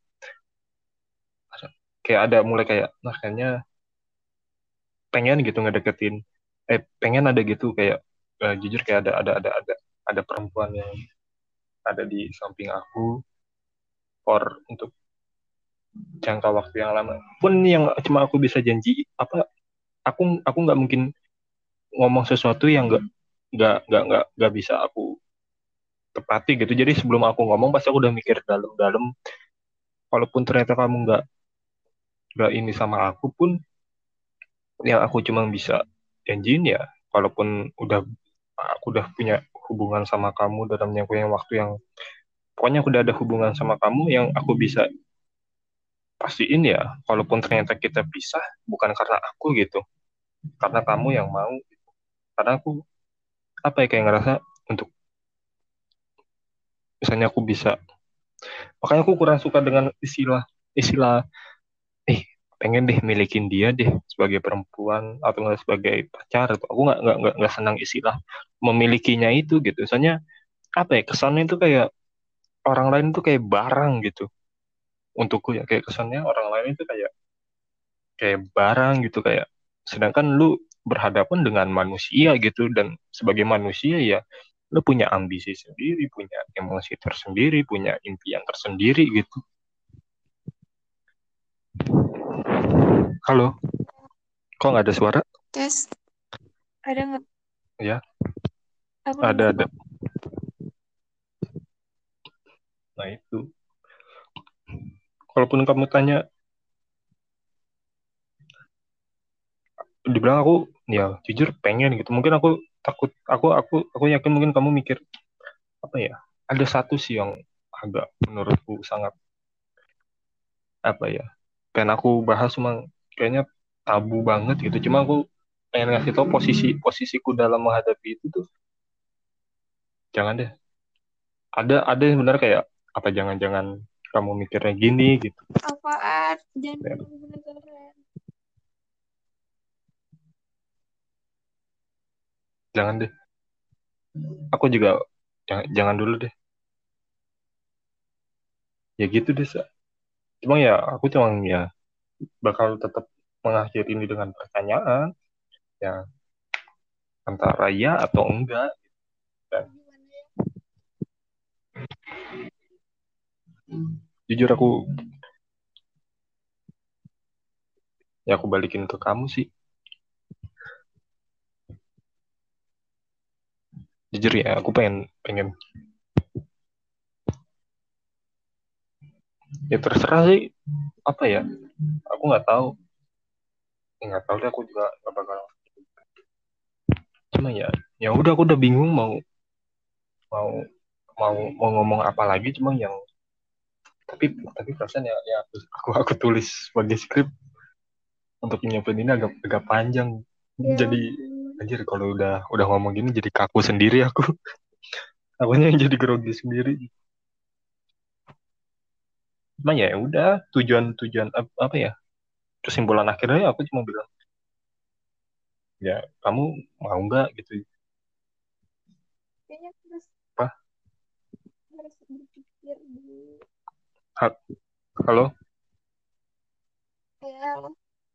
kayak ada mulai kayak nah kayaknya pengen gitu ngedeketin, eh pengen ada gitu kayak eh, jujur kayak ada ada ada ada ada perempuan yang ada di samping aku for untuk jangka waktu yang lama pun yang cuma aku bisa janji apa, aku aku nggak mungkin ngomong sesuatu yang nggak nggak nggak nggak nggak bisa aku tepati gitu. Jadi sebelum aku ngomong pasti aku udah mikir dalam-dalam. Walaupun ternyata kamu nggak nggak ini sama aku pun, yang aku cuma bisa janjiin ya, walaupun udah aku udah punya hubungan sama kamu dalam jangka yang waktu yang pokoknya aku udah ada hubungan sama kamu, yang aku bisa pastiin ya, walaupun ternyata kita pisah bukan karena aku gitu, karena kamu yang mau. Karena aku apa ya kayak ngerasa untuk misalnya aku bisa, makanya aku kurang suka dengan istilah istilah eh pengen deh milikin dia deh sebagai perempuan atau nggak sebagai pacar atau aku nggak nggak nggak nggak senang istilah memilikinya itu gitu. Soalnya apa ya kesannya itu kayak orang lain tuh kayak barang gitu untukku ya, kayak kesannya orang lain itu kayak kayak barang gitu kayak, sedangkan lu berhadapan dengan manusia gitu, dan sebagai manusia ya lu punya ambisi sendiri, punya emosi tersendiri, punya impian tersendiri gitu. Halo, kok nggak ada suara? Tes, ada nggak? Ya, Aku ada dengar ada. kok. Nah itu, kalaupun kamu tanya, dibilang aku ya jujur pengen gitu. Mungkin aku takut, aku aku aku yakin mungkin kamu mikir apa ya? Ada satu sih yang agak menurutku sangat apa ya? Pengen aku bahas cuma kayaknya tabu banget gitu. Cuma aku pengen ngasih tau posisi posisiku dalam menghadapi itu tuh jangan deh. Ada ada yang benar kayak apa jangan-jangan kamu mikirnya gini gitu. Apaan? Jangan Ya, bilang beneran. jangan deh. Aku juga jangan, jangan dulu deh. Ya gitu deh. Sa. Cuma ya aku cuma ya bakal tetap mengakhiri ini dengan pertanyaan ya antara ya atau enggak. Dan Gimana ya? jujur aku ya aku balikin ke kamu sih. Jujur ya aku pengen pengen ya terserah sih apa ya. Aku nggak tahu. Ya, nggak tahu deh aku juga nggak bakal. Cuma cuma ya ya udah aku udah bingung mau mau mau mau ngomong apa lagi, cuma yang tapi tapi perasaan ya, ya aku aku, aku tulis sebagai skrip untuk nyampein ini agak agak panjang, Ya jadi ampun. anjir kalau udah udah ngomong gini jadi kaku sendiri aku. Akunya yang jadi grogi sendiri. Cuma ya udah, tujuan tujuan ap- apa ya, kesimpulan akhirnya ya aku cuma bilang ya kamu mau nggak gitu. Kayaknya harus Apa? harus berpikir dulu. Ha- halo, Kayak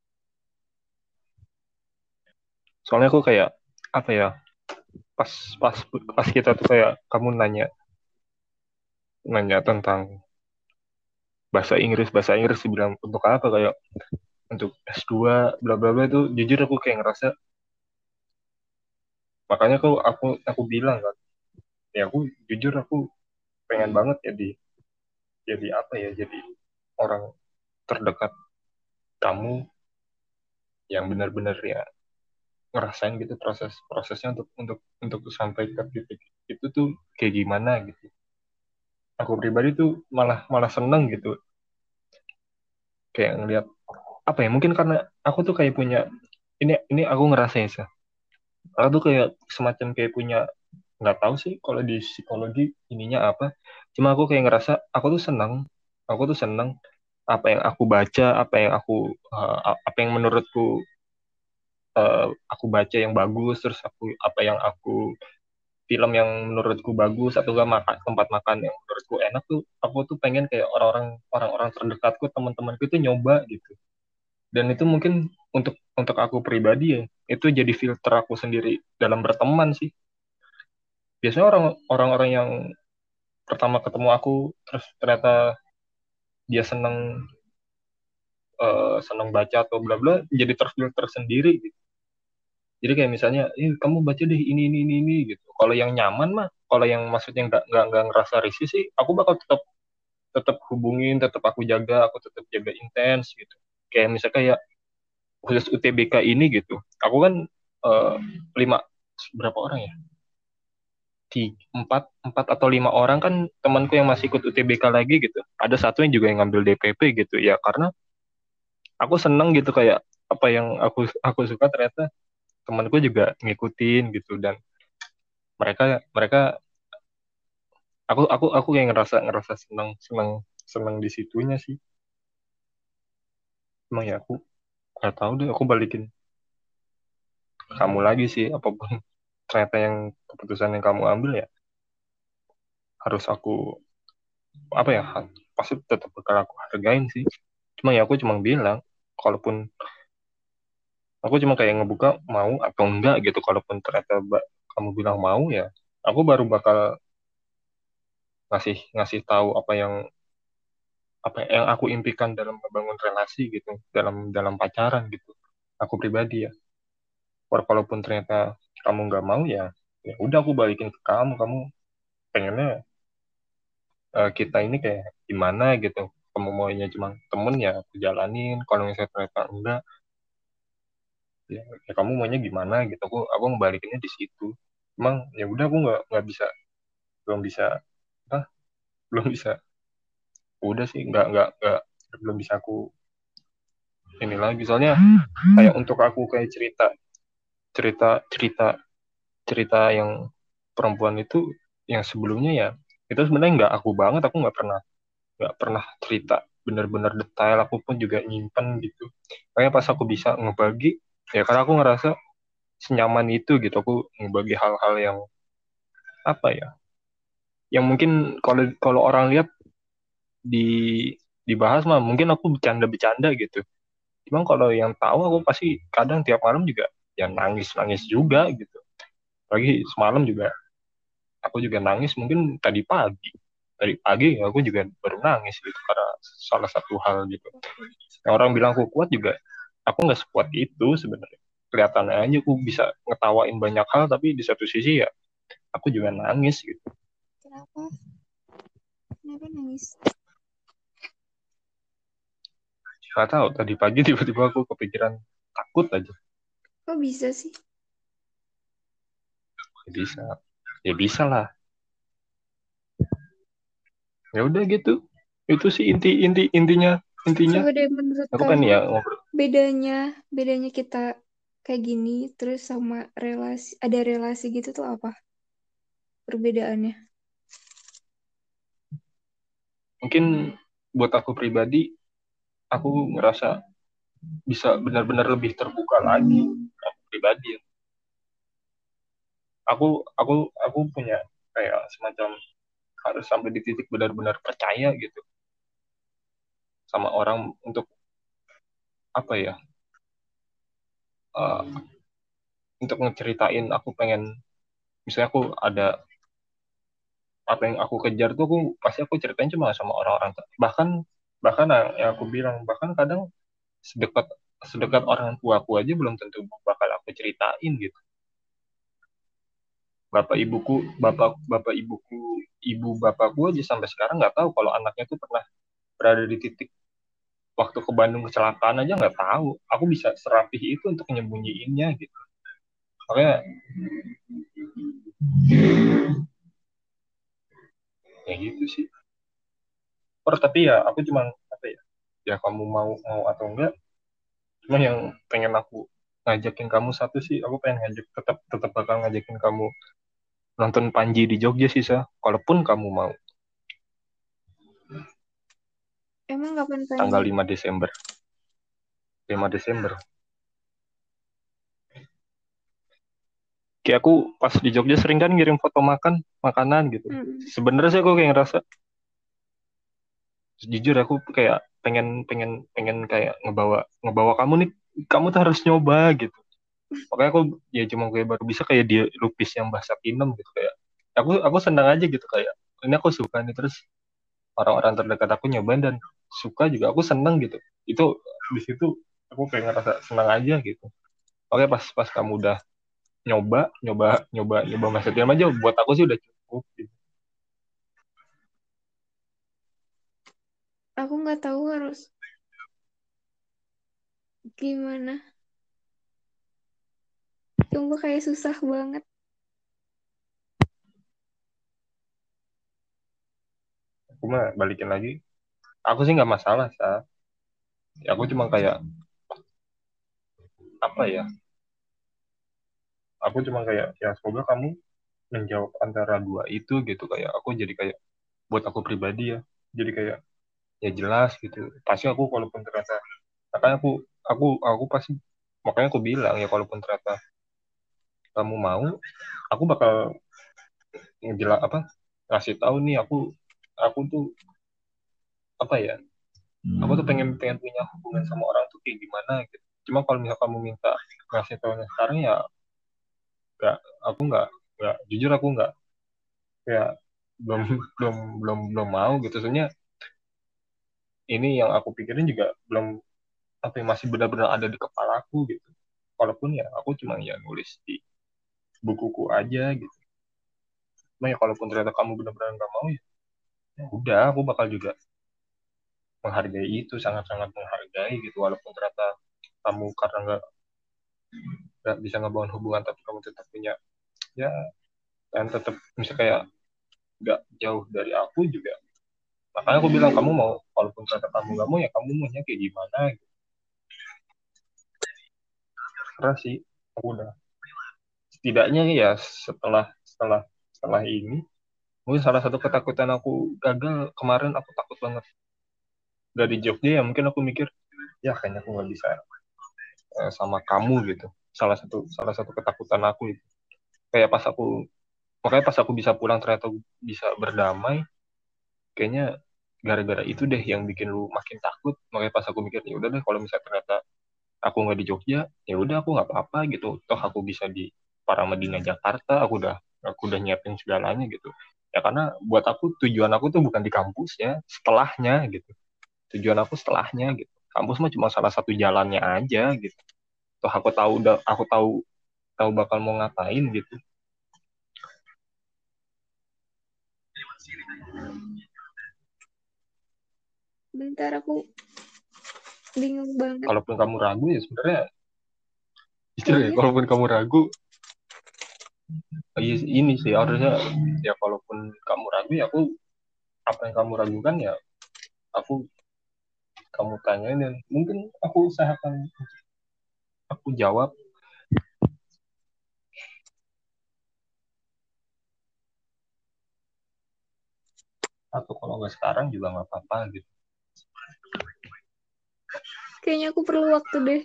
soalnya aku kayak apa ya, pas pas pas kita tuh kayak kamu nanya nanya tentang bahasa Inggris bahasa Inggris dibilang untuk apa, kayak untuk S dua bla bla bla, itu jujur aku kayak ngerasa, makanya aku aku aku bilang kan, ya aku jujur aku pengen banget jadi jadi apa ya, jadi orang terdekat kamu yang benar-benar ya ngerasain gitu proses prosesnya untuk untuk untuk sampai ke titik itu tuh kayak gimana gitu. Aku pribadi tuh malah malah seneng gitu, kayak ngelihat apa ya, mungkin karena aku tuh kayak punya ini ini aku ngerasa ya Sa. Aku tuh kayak semacam kayak punya, nggak tahu sih kalau di psikologi ininya apa, cuma aku kayak ngerasa aku tuh seneng aku tuh seneng apa yang aku baca, apa yang aku uh, apa yang menurutku uh, aku baca yang bagus, terus aku apa yang aku film yang menurutku bagus, atau gak makan tempat makan yang menurutku enak tuh, aku tuh pengen kayak orang-orang orang-orang terdekatku, teman-temanku itu nyoba gitu. Dan itu mungkin untuk untuk aku pribadi ya, itu jadi filter aku sendiri dalam berteman sih. Biasanya orang orang-orang yang pertama ketemu aku terus ternyata dia seneng eh, seneng baca atau bla bla, jadi terfilter sendiri gitu. Jadi kayak misalnya, eh kamu baca deh ini ini ini ini gitu. Kalau yang nyaman mah, kalau yang maksudnya nggak nggak nggak ngerasa risih sih, aku bakal tetap tetap hubungin, tetap aku jaga, aku tetap jaga intens gitu. Kayak misalnya kayak khusus U T B K ini gitu. Aku kan eh, lima berapa orang ya? Tiga, empat, empat atau lima orang kan temanku yang masih ikut U T B K lagi gitu. Ada satu yang juga yang ngambil D P P gitu ya, karena aku seneng gitu kayak apa yang aku aku suka ternyata temanku juga ngikutin gitu, dan mereka mereka aku aku aku yang ngerasa ngerasa seneng seneng seneng di situnya sih. Emang ya aku nggak tahu deh, aku balikin ke kamu lagi sih, apapun ternyata yang keputusan yang kamu ambil ya harus aku apa ya, pasti tetap bakal aku hargain sih. Cuma ya aku cuma bilang, kalaupun aku cuma kayak ngebuka mau atau enggak gitu, kalaupun ternyata ba- kamu bilang mau ya aku baru bakal ngasih ngasih tahu apa yang apa yang aku impikan dalam membangun relasi gitu, dalam dalam pacaran gitu, aku pribadi ya. Wal- Walaupun ternyata kamu nggak mau ya, ya udah aku balikin ke kamu. Kamu pengennya eh, kita ini kayak gimana gitu? Kamu maunya cuma temen ya aku jalanin. Kalau misalnya ternyata enggak, ya, ya kamu maunya gimana gitu? Aku aku ngebalikinnya di situ. Emang ya udah aku nggak nggak bisa, belum bisa apa? Belum bisa. Udah sih nggak nggak nggak belum bisa aku ini lagi. Soalnya kayak untuk aku kayak cerita cerita cerita cerita yang perempuan itu yang sebelumnya ya, itu sebenarnya nggak aku banget, aku nggak pernah nggak pernah cerita bener-bener detail, aku pun juga nyimpen gitu. Makanya pas aku bisa ngebagi ya karena aku ngerasa senyaman itu gitu, aku ngebagi hal-hal yang apa ya, yang mungkin kalau kalau orang lihat di dibahas mah mungkin aku bercanda-bercanda gitu, cuma kalau yang tahu aku pasti kadang tiap malam juga ya nangis nangis juga gitu. Lagi semalam juga aku juga nangis, mungkin tadi pagi tadi pagi aku juga baru nangis gitu karena salah satu hal gitu. Yang orang bilang aku kuat juga, aku nggak sekuat itu sebenarnya. Kelihatannya aja aku bisa ngetawain banyak hal, tapi di satu sisi ya aku juga nangis gitu. kenapa? Kenapa nangis? Gak tahu, tadi pagi tiba-tiba aku kepikiran takut aja. Kok bisa sih? Ya bisa, ya bisa lah. Ya udah gitu. Itu sih inti inti intinya intinya. Coba deh menurut Aku pengen kamu ya ngobrol. bedanya bedanya kita kayak gini terus sama relasi ada relasi gitu tuh apa perbedaannya? Mungkin buat aku pribadi, aku ngerasa bisa benar-benar lebih terbuka lagi. Aku pribadi ya. Aku aku aku punya kayak semacam harus sampai di titik benar-benar percaya gitu sama orang untuk apa ya? uh, untuk ngeceritain aku pengen misalnya aku ada apa yang aku kejar tuh aku pasti aku ceritain cuma sama orang-orang bahkan bahkan yang aku bilang bahkan kadang sedekat sedekat orang tua aku aja belum tentu bakal aku ceritain gitu. Bapak ibuku bapak bapak ibuku ibu bapakku aja sampai sekarang nggak tahu kalau anaknya tuh pernah berada di titik waktu ke Bandung kecelakaan aja nggak tahu. Aku bisa serapih itu untuk nyembunyiinnya gitu. Makanya ya gitu sih. Per tapi ya aku cuma apa ya? Ya kamu mau mau atau enggak? Cuma yang pengen aku ngajakin kamu satu sih, aku pengen ngajak tetap tetap bakal ngajakin kamu nonton Panji di Jogja sih sa. Kalaupun kamu mau Emang kapan tanggal Panji? lima Desember. lima Desember. Kayak aku pas di Jogja sering kan ngirim foto makan makanan gitu. Mm-mm. Sebenarnya sih aku kayak ngerasa jujur aku kayak pengen pengen pengen kayak ngebawa ngebawa kamu nih kamu tuh harus nyoba gitu. Makanya aku ya cuma kayak baru bisa kayak dia lupis yang bahasa Pinem gitu kayak aku aku senang aja gitu kayak ini aku suka nih terus orang-orang terdekat aku nyobain dan suka juga aku seneng gitu itu di situ aku kayak ngerasa senang aja gitu oke pas pas kamu udah nyoba nyoba nyoba nyoba Mas Setiam aja buat aku sih udah cukup gitu. Aku nggak tahu harus gimana. Tunggu kayak susah banget. Aku mah balikin lagi aku sih nggak masalah sa ya, aku cuma kayak apa ya aku cuma kayak ya semoga kamu menjawab antara dua itu gitu kayak aku jadi kayak buat aku pribadi ya jadi kayak ya jelas gitu pasti aku walaupun ternyata makanya aku aku aku pasti makanya aku bilang ya kalaupun ternyata kamu mau aku bakal ngejelas apa ngasih tahu nih aku aku tuh apa ya aku tuh pengen pengen punya hubungan sama orang tuh kayak gimana gitu cuma kalau misal kamu minta ngasih tahunya sekarang ya nggak aku nggak nggak jujur aku nggak kayak belum belum belum belum mau gitu soalnya ini yang aku pikirin juga belum apa yang masih benar-benar ada di kepalaku gitu walaupun ya aku cuma ya nulis di bukuku aja gitu cuma ya kalaupun ternyata kamu benar-benar nggak mau ya ya udah aku bakal juga menghargai itu sangat-sangat menghargai gitu walaupun ternyata kamu karena nggak nggak bisa ngebangun hubungan tapi kamu tetap punya ya dan tetap bisa kayak nggak jauh dari aku juga makanya aku bilang kamu mau walaupun ternyata kamu nggak mau ya kamu maunya kayak gimana gitu. Karena sih aku udah setidaknya ya setelah setelah setelah ini mungkin salah satu ketakutan aku gagal kemarin aku takut banget dari Jogja ya mungkin aku mikir ya kayaknya aku nggak bisa eh, sama kamu gitu salah satu salah satu ketakutan aku itu kayak pas aku makanya pas aku bisa pulang ternyata bisa berdamai kayaknya gara-gara itu deh yang bikin lu makin takut makanya pas aku mikir ya udah deh kalau misalnya ternyata aku nggak di Jogja ya udah aku nggak apa-apa gitu toh aku bisa di Paramedina Jakarta aku udah aku udah nyiapin segalanya gitu ya karena buat aku tujuan aku tuh bukan di kampus ya setelahnya gitu tujuan aku setelahnya gitu kampus mah cuma salah satu jalannya aja gitu toh aku tahu udah aku tahu tahu bakal mau ngapain gitu Bentar aku bingung banget. kalaupun kamu ragu ya sebenarnya jujur ya Kayaknya kalaupun kamu ragu Oh, iya, ini sih harusnya ya kalaupun kamu ragu ya aku apa yang kamu ragukan ya aku kamu tanyain dan mungkin aku usahakan aku jawab atau kalau nggak sekarang juga nggak apa-apa gitu. Kayaknya aku perlu waktu deh.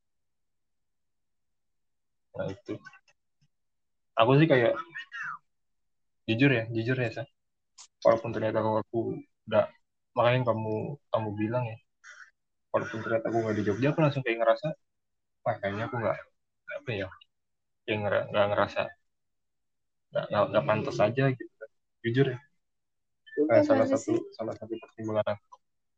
Nah itu aku sih kayak jujur ya jujur ya Sa. Walaupun ternyata kalau aku nggak makanya kamu kamu bilang ya walaupun ternyata aku nggak di Jogja aku langsung kayak ngerasa wah kayaknya aku nggak apa ya kayak ngera, nggak ngerasa nggak nggak nggak pantas aja gitu jujur ya. Nah, Gimana salah satu sih? salah satu pertimbangan aku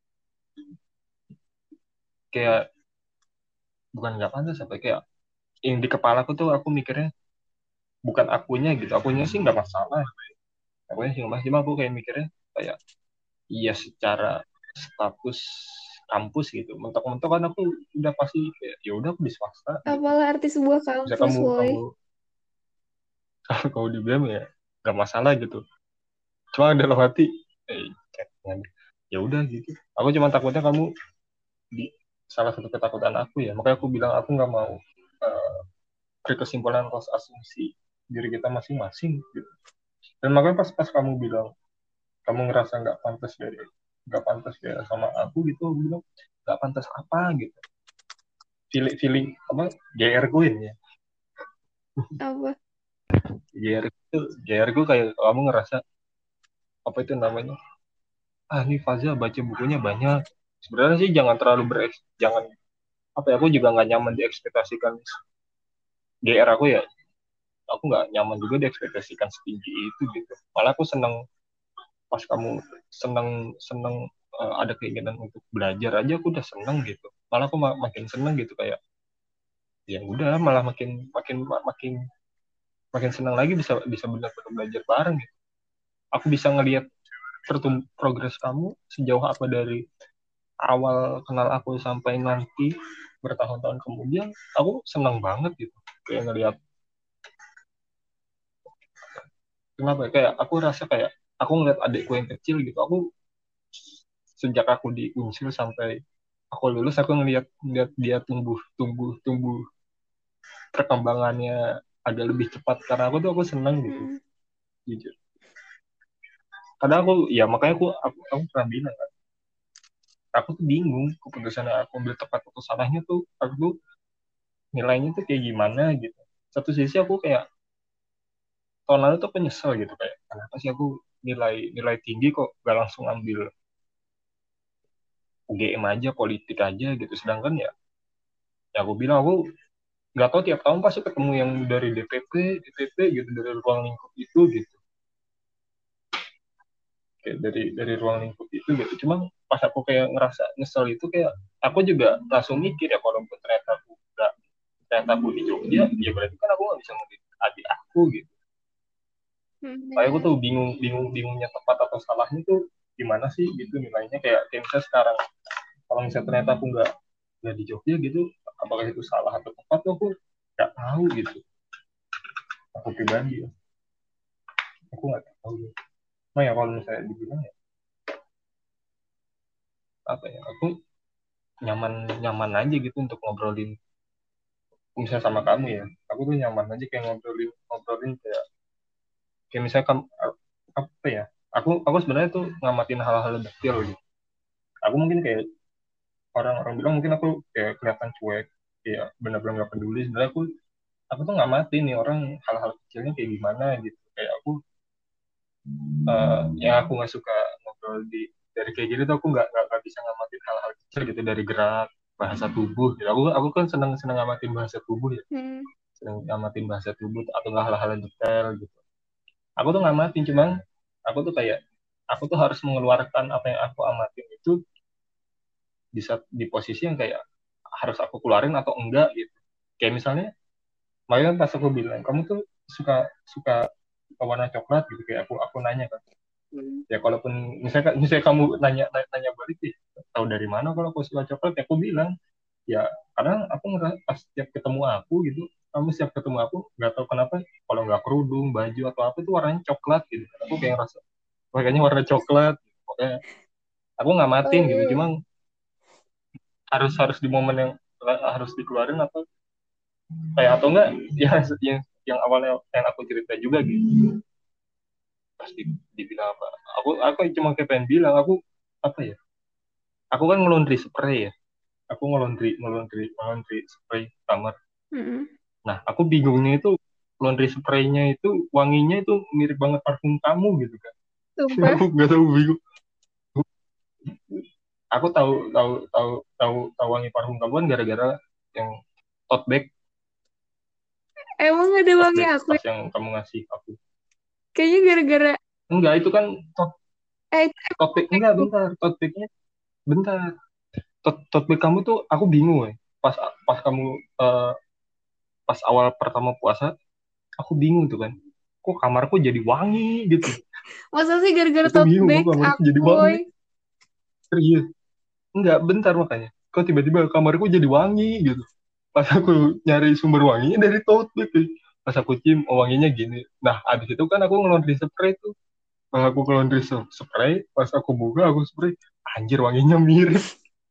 kayak bukan nggak pantas apa kayak yang di kepala aku tuh aku mikirnya bukan akunya gitu akunya sih nggak masalah akunya sih nggak masalah cuma aku kayak mikirnya kayak iya secara status kampus gitu mentok-mentok kan aku udah pasti kayak ya udah aku di swasta gitu Apalah arti sebuah bisa kampus, kamu woi. kamu kalau kamu di B E M ya nggak masalah gitu cuma dalam hati eh jangan. Ya udah gitu aku cuma takutnya kamu di salah satu ketakutan aku ya makanya aku bilang aku nggak mau uh, berkesimpulan atas asumsi diri kita masing-masing gitu dan makanya pas pas kamu bilang kamu ngerasa nggak pantas dari nggak pantas kayak sama aku gitu aku bilang nggak pantas apa gitu feeling feeling apa G R gue ini ya Apa? G R itu G R gue kayak kamu ngerasa apa itu namanya ah ini Faza baca bukunya banyak sebenarnya sih jangan terlalu ber jangan apa ya aku juga nggak nyaman diekspektasikan G R aku ya aku nggak nyaman juga diekspektasikan setinggi itu gitu malah aku seneng pas kamu seneng seneng uh, ada keinginan untuk belajar aja aku udah seneng gitu malah aku ma- makin seneng gitu kayak ya udah malah makin makin makin makin senang lagi bisa bisa benar-benar belajar bareng gitu aku bisa ngelihat pertum progres kamu sejauh apa dari awal kenal aku sampai nanti bertahun-tahun kemudian aku senang banget gitu kayak ngelihat kenapa ya? Kayak aku rasa kayak aku ngeliat adikku yang kecil gitu aku sejak aku di Unsil sampai aku lulus aku ngelihat ngelihat dia tumbuh tumbuh tumbuh perkembangannya agak lebih cepat karena aku tuh aku senang gitu Hmm. jujur karena aku ya makanya aku aku, aku pernah bilang kan aku tuh bingung keputusan yang aku ambil tepat atau salahnya tuh aku tuh nilainya tuh kayak gimana gitu satu sisi aku kayak tahun lalu tuh penyesal gitu kayak kenapa sih aku nilai nilai tinggi kok gak langsung ambil U G M aja politik aja gitu sedangkan ya ya aku bilang aku nggak tahu tiap tahun pasti ketemu yang dari D P P D P P gitu dari ruang lingkup itu gitu kayak dari dari ruang lingkup itu gitu cuma pas aku kayak ngerasa nyesel itu kayak aku juga langsung mikir ya kalau ternyata aku nggak ternyata aku di Jogja ya berarti kan aku nggak bisa ngedidik adik aku gitu Hmm, kayak aku benar. tuh bingung bingung bingungnya tepat atau salahnya tuh gimana sih gitu nilainya kayak kayak misalnya sekarang kalau misalnya ternyata aku nggak nggak di Jogja gitu apakah itu salah atau tepat tuh aku nggak tahu gitu aku pribadi ya aku nggak tahu gitu. Nah ya kalau misalnya dibilang ya apa ya aku nyaman nyaman aja gitu untuk ngobrolin misalnya sama kamu ya aku tuh nyaman aja kayak ngobrolin ngobrolin kayak kayak misalnya kamu apa ya aku aku sebenarnya tuh ngamatin hal-hal detail gitu aku mungkin kayak orang-orang bilang mungkin aku kayak kelihatan cuek kayak benar-benar nggak peduli sebenarnya aku aku tuh ngamatin nih orang hal-hal kecilnya kayak gimana gitu kayak aku uh, yang aku nggak suka ngobrol di dari kayak gitu tuh aku nggak nggak nggak bisa ngamatin hal-hal kecil gitu dari gerak bahasa tubuh gitu aku aku kan seneng seneng ngamatin bahasa tubuh ya Hmm. seneng ngamatin bahasa tubuh atau nggak hal-hal yang detail gitu aku tuh ngamatin cuman aku tuh kayak aku tuh harus mengeluarkan apa yang aku amatin itu bisa di posisi yang kayak harus aku keluarin atau enggak gitu kayak misalnya makanya pas aku bilang kamu tuh suka suka warna coklat gitu kayak aku aku nanya kan Hmm. ya kalaupun misalnya misalnya kamu nanya nanya, nanya balik sih tahu dari mana kalau aku suka coklat ya aku bilang ya kadang aku ngerasa pas setiap ketemu aku gitu, kamu setiap ketemu aku nggak tahu kenapa kalau nggak kerudung baju atau apa itu warnanya coklat gitu, aku kayak ngerasa makanya warna coklat gitu. Pokoknya aku nggak Oh matiin gitu, iya. cuma harus harus di momen yang harus dikeluarin atau kayak atau enggak ya yang yang awalnya yang aku cerita juga gitu, pasti dibilang apa, aku aku cuma kayak pengen bilang aku apa ya, aku kan ngelondri spray ya, aku ngelondri ngelondri ngelondri spray kamar. Mm-mm. Nah aku bingungnya itu laundry spraynya itu wanginya itu mirip banget parfum kamu gitu kan. Sumpah. Aku nggak tahu, bingung. Aku tahu tahu tahu tahu tahu wangi parfum kamu kan gara-gara yang tote bag Emang ada tote wangi bag aku pas ya? yang kamu ngasih aku. Kayaknya gara-gara Enggak, itu kan tote, eh itu tote bag, enggak aku. bentar, tote bagnya bentar. Tote, tote bag kamu tuh aku bingung ya. Pas pas kamu eh, pas awal pertama puasa, aku bingung tuh kan. Kok kamarku jadi wangi gitu. Masa sih gara-gara Aku tote bingung kok bag kamarku jadi Apoy? wangi. Serius. Enggak, bentar makanya. Kok tiba-tiba kamarku jadi wangi gitu. Pas aku nyari sumber wanginya dari tote bag. Cuy. Pas aku cium, oh wanginya gini. Nah, abis itu kan aku ngelondri spray tuh. Pas aku ngelondri spray, pas aku buka, aku spray. Anjir, wanginya mirip.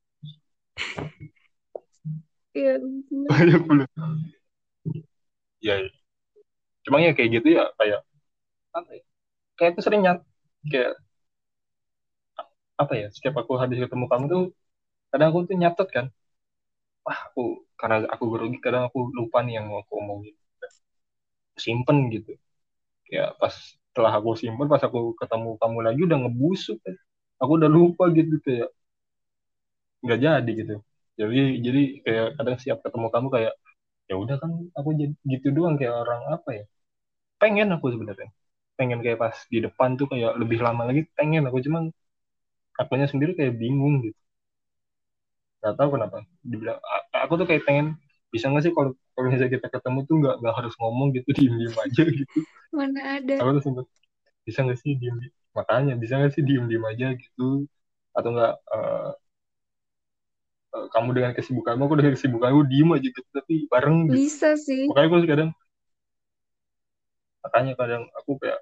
Iya, ampun. Kayak pula. Ya, ya. Cuma ya kayak gitu ya, kayak apa ya? Kayak aku sering nyat, kayak apa ya? Setiap aku habis ketemu kamu tuh, kadang aku tuh nyatet kan. Wah, aku karena aku grogi, kadang aku lupa nih yang mau aku omongin. Simpen gitu. Ya pas setelah aku simpen, pas aku ketemu kamu lagi udah ngebusuk kan. Aku udah lupa gitu, kayak nggak jadi gitu. Jadi jadi kayak kadang siap ketemu kamu kayak ya udah kan aku jadi gitu doang, kayak orang apa ya, pengen aku sebenarnya pengen kayak pas di depan tuh kayak lebih lama lagi, pengen aku, cuman akunya sendiri kayak bingung gitu, nggak tahu kenapa. Dibilang a- aku tuh kayak pengen, bisa nggak sih kalau kalau misalnya kita ketemu tuh nggak nggak harus ngomong gitu, diem diem aja gitu. Mana ada. Aku tuh sempet, bisa nggak sih diem, makanya bisa nggak sih diem diem aja gitu, atau enggak eh, eh, kamu dengan kesibukanmu, aku dengan kesibukanku, diem aja gitu tapi bareng gitu. Bisa sih. Makanya aku kadang, makanya kadang aku kayak,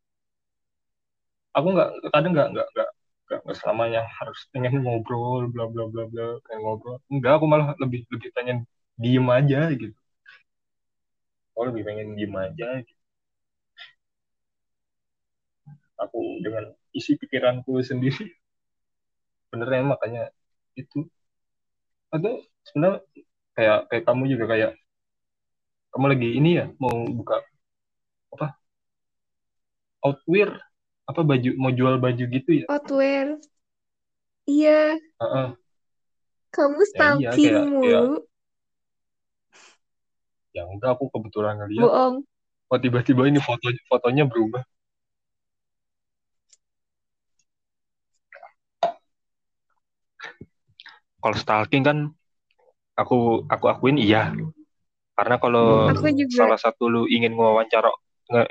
aku nggak, kadang nggak nggak nggak nggak nggak selamanya harus pengen ngobrol bla bla bla bla, pengen ngobrol enggak, aku malah lebih lebih pengen diem aja gitu. Aku lebih pengen diem aja gitu. Aku dengan isi pikiranku sendiri benernya, makanya itu. Atau sebenarnya kayak kayak kamu juga, kayak kamu lagi ini ya, mau buka apa, outwear, apa baju, mau jual baju gitu ya. Outwear. Iya, Heeh. kamu Ya iya, stalking kayak kayak mulu. ya enggak, aku kebetulan ngeliat, Bohong. oh tiba-tiba ini foto fotonya berubah. Kalau stalking kan aku aku akuin iya, karena kalau Aku juga. salah satu lu ingin ngewawancara, nge,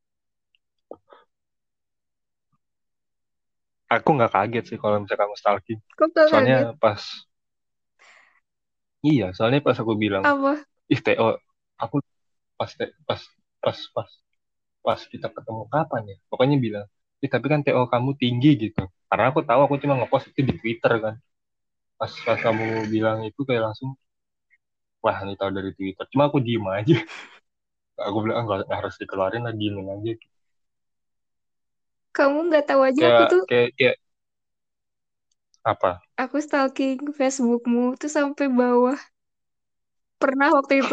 aku nggak kaget sih kalau misalnya kamu stalking. Kok gak Soalnya kaget? pas, iya, soalnya pas aku bilang, Apa? ih Teo, aku pas pas pas pas pas kita ketemu kapan ya, pokoknya bilang, ih tapi kan Teo kamu tinggi gitu. Karena aku tahu aku cuma ngepost itu di Twitter kan. Pas pas kamu bilang itu kayak langsung, wah ini tahu dari Twitter. Cuma aku diem aja. Aku bilang nggak nggak harus dikeluarin lah, diemin aja. Kamu nggak tahu aja aku Kayak tuh, kayak kayak apa? aku stalking Facebookmu tuh sampai bawah. Pernah waktu itu.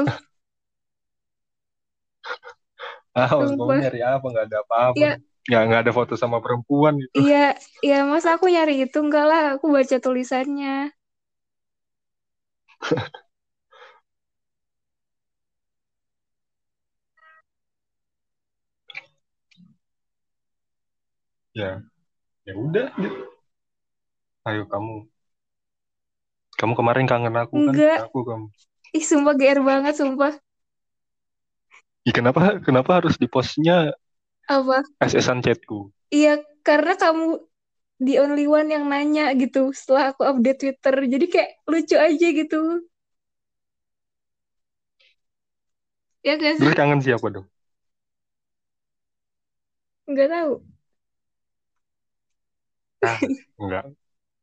Ah, kamu Sumpah. nyari apa? Nggak ada apa-apa. Iya, Nggak nggak ada foto sama perempuan gitu. iya, iya. Masa aku nyari itu? Enggak lah, aku baca tulisannya. Ya, ya udah gitu. Ayo kamu, kamu kemarin kangen aku kan? Enggak. Aku kamu. Ih, sumpah G R banget, sumpah. Ih, kenapa kenapa harus di postnya Apa? S S-an chatku? Iya, karena kamu the only one yang nanya gitu setelah aku update Twitter. Jadi kayak lucu aja gitu. Ya gak Terus sih? kangen siapa dong? Nggak tahu. Ah, enggak.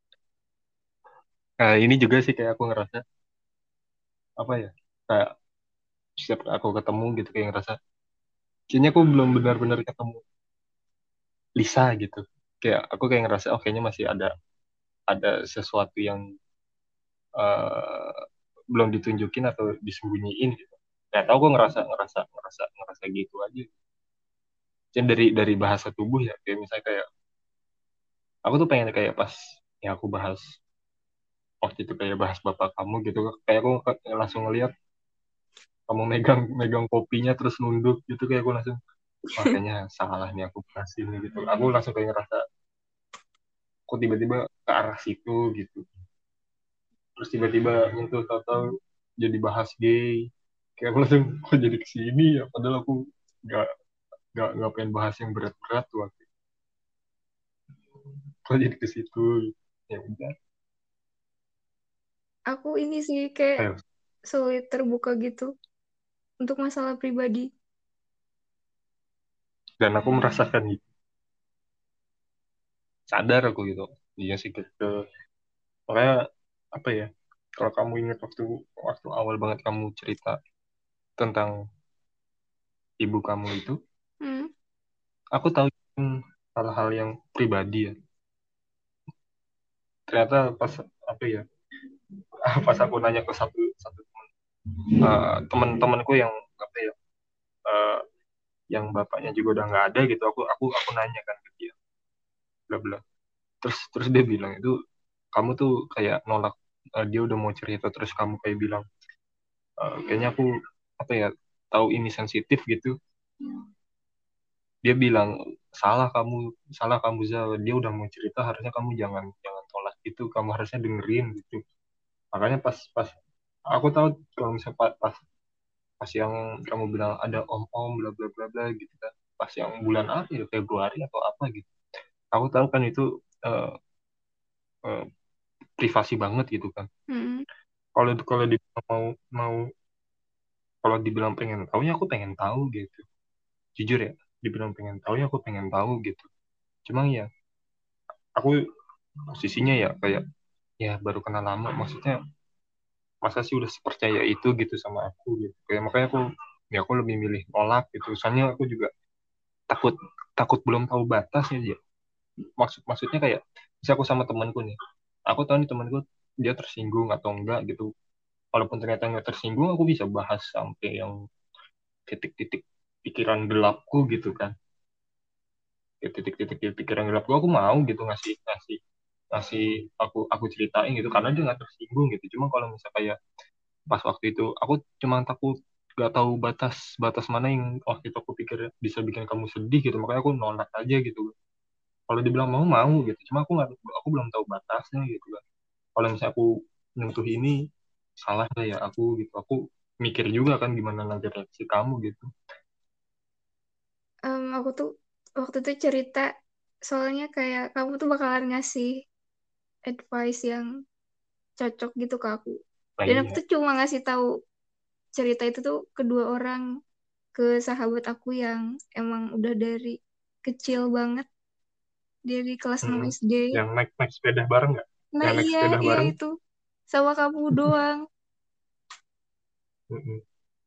Nah, ini juga sih kayak aku ngerasa apa ya? Kayak setiap aku ketemu gitu kayak ngerasa kayaknya aku belum benar-benar ketemu Lisa gitu. Kayak aku kayak ngerasa oh kayaknya masih ada ada sesuatu yang eh, belum ditunjukin atau disembunyiin gitu. Nggak tahu gue ngerasa ngerasa ngerasa ngerasa gitu aja. Dan dari dari bahasa tubuh ya kayak misalnya kayak aku tuh pengen kayak pas ya aku bahas waktu itu kayak bahas bapak kamu gitu kayak aku langsung ngeliat kamu megang megang kopinya terus nunduk gitu kayak aku langsung wah kayaknya salah nih aku bahas ini gitu aku langsung kayak ngerasa kok tiba-tiba ke arah situ gitu terus tiba-tiba nyentuh tahu-tahu jadi bahas gay kayak aku langsung kok jadi kesini ya padahal aku nggak nggak nggak pengen bahas yang berat-berat tuh waktu itu. Kok jadi ke situ ya udah Aku ini sih kayak ayo sulit terbuka gitu untuk masalah pribadi. dan aku merasakan gitu sadar aku gitu iya sih gitu makanya apa ya kalau kamu ingat waktu waktu awal banget kamu cerita tentang ibu kamu itu Hmm. aku tahu hmm, hal-hal yang pribadi ya ternyata pas apa ya pas aku nanya ke satu satu uh, teman-temanku yang apa ya uh, yang bapaknya juga udah nggak ada gitu aku aku aku nanya kan ke dia bla bla terus terus dia bilang itu kamu tuh kayak nolak uh, dia udah mau cerita terus kamu kayak bilang uh, kayaknya aku apa ya tahu ini sensitif gitu dia bilang salah kamu salah kamu Zal dia udah mau cerita harusnya kamu jangan jangan tolak itu kamu harusnya dengerin gitu makanya pas pas aku tahu kalau misalnya pas pas, pas yang kamu bilang ada om-om bla bla bla bla gitu kan pas yang bulan apa ya Februari atau apa gitu aku tahu kan itu eh, eh, privasi banget gitu kan Hmm. kalau kalau dibilang mau mau kalau dibilang pengen tahu ya aku pengen tahu gitu jujur ya dibilang pengen tahu ya aku pengen tahu gitu cuma ya aku posisinya ya kayak ya baru kenal lama maksudnya masa sih udah sepercaya itu gitu sama aku gitu kayak makanya aku ya aku lebih milih nolak gitu soalnya aku juga takut takut belum tahu batasnya aja maksud maksudnya kayak bisa aku sama temanku nih aku tahu nih temanku dia tersinggung atau enggak gitu walaupun ternyata nggak tersinggung aku bisa bahas sampai yang titik-titik pikiran gelapku gitu kan ya, titik-titik pikiran gelapku aku mau gitu ngasih ngasih ngasih aku aku ceritain gitu karena dia nggak tersinggung gitu cuma kalau misalnya kayak pas waktu itu aku cuma takut gak tahu batas batas mana yang waktu itu aku pikir bisa bikin kamu sedih gitu makanya aku nolak aja gitu kalau dibilang mau mau gitu cuma aku nggak aku belum tahu batasnya gitu kan kalau misalnya aku nyentuh ini salah nggak ya aku gitu aku mikir juga kan gimana nanti reaksi kamu gitu Em, aku tuh waktu itu cerita soalnya kayak kamu tuh bakalan ngasih advice yang cocok gitu ke aku. nah Dan aku iya tuh cuma ngasih tahu cerita itu tuh kedua orang ke sahabat aku yang emang udah dari kecil banget dari kelas enam Mm-mm. S D. Yang naik naik sepeda bareng nggak Nah yang naik iya, sepeda iya bareng itu sama kamu doang. Mm-mm.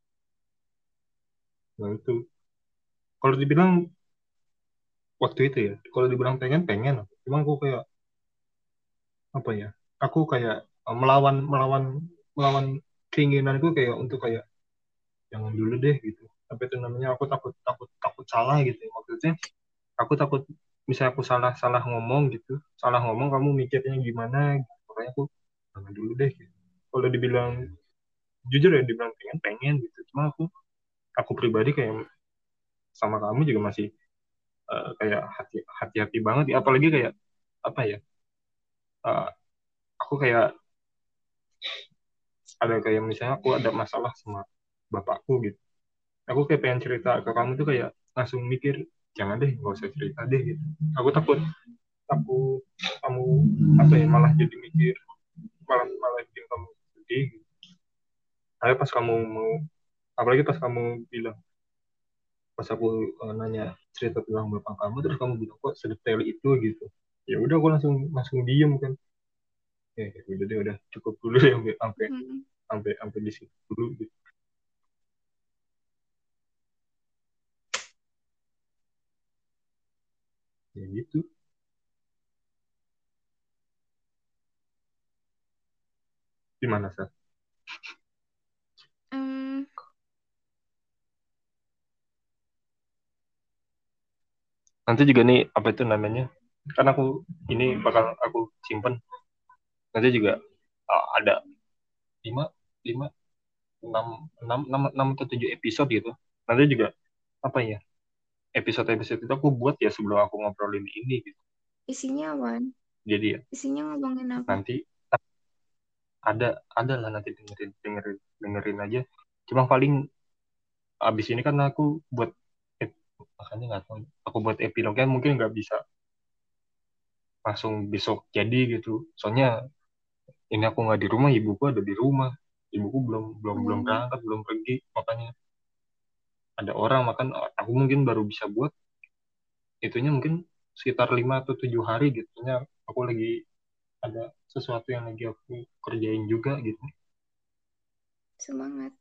Nah itu kalau dibilang waktu itu ya kalau dibilang pengen pengen cuma aku kayak apa ya aku kayak eh, melawan melawan melawan keinginanku kayak untuk kayak jangan dulu deh gitu tapi itu namanya aku takut takut takut salah gitu ya. Maksudnya aku takut misalnya aku salah salah ngomong gitu salah ngomong kamu mikirnya gimana gitu. Makanya aku jangan dulu deh gitu. Kalau dibilang jujur ya dibilang pengen pengen gitu cuma aku aku pribadi kayak sama kamu juga masih eh, kayak hati hati-hati banget ya apalagi kayak apa ya eh, aku kayak ada kayak misalnya aku ada masalah sama bapakku gitu aku kayak pengen cerita ke kamu tuh kayak langsung mikir jangan deh nggak usah cerita deh gitu aku takut aku kamu apa ya malah jadi mikir malah malah bikin kamu sedih gitu. Ayo pas kamu mau apalagi pas kamu bilang, pas aku uh, nanya cerita tentang bapak kamu, terus kamu bilang kok sedetail itu gitu. Ya udah aku langsung langsung diem kan. Eh udah deh, udah cukup dulu ya, sampai sampai Mm-mm. sampai sampai di situ dulu gitu. Ya gitu. Gimana sih? Em, Nanti juga nih apa itu namanya? Kan aku ini bakal aku simpen. Nanti juga uh, ada lima lima enam enam enam enam atau tujuh episode gitu. Nanti juga apa ya? Episode-episode itu aku buat ya sebelum aku ngobrolin ini gitu. isinya apaan? Jadi ya Isinya ngomongin apa? nanti ada ada lah, nanti dengerin dengerin dengerin aja. Cuma paling abis ini kan aku buat ep- makanya nggak tahu, aku buat epilognya mungkin nggak bisa langsung besok jadi gitu. Soalnya ini aku nggak di rumah, ibuku ada di rumah, ibuku belum belum belum Oh, berangkat, belum pergi, makanya ada orang makan, aku mungkin baru bisa buat itunya mungkin sekitar lima atau tujuh hari gitu. Soalnya aku lagi ada sesuatu yang lagi aku kerjain juga gitu. semangat.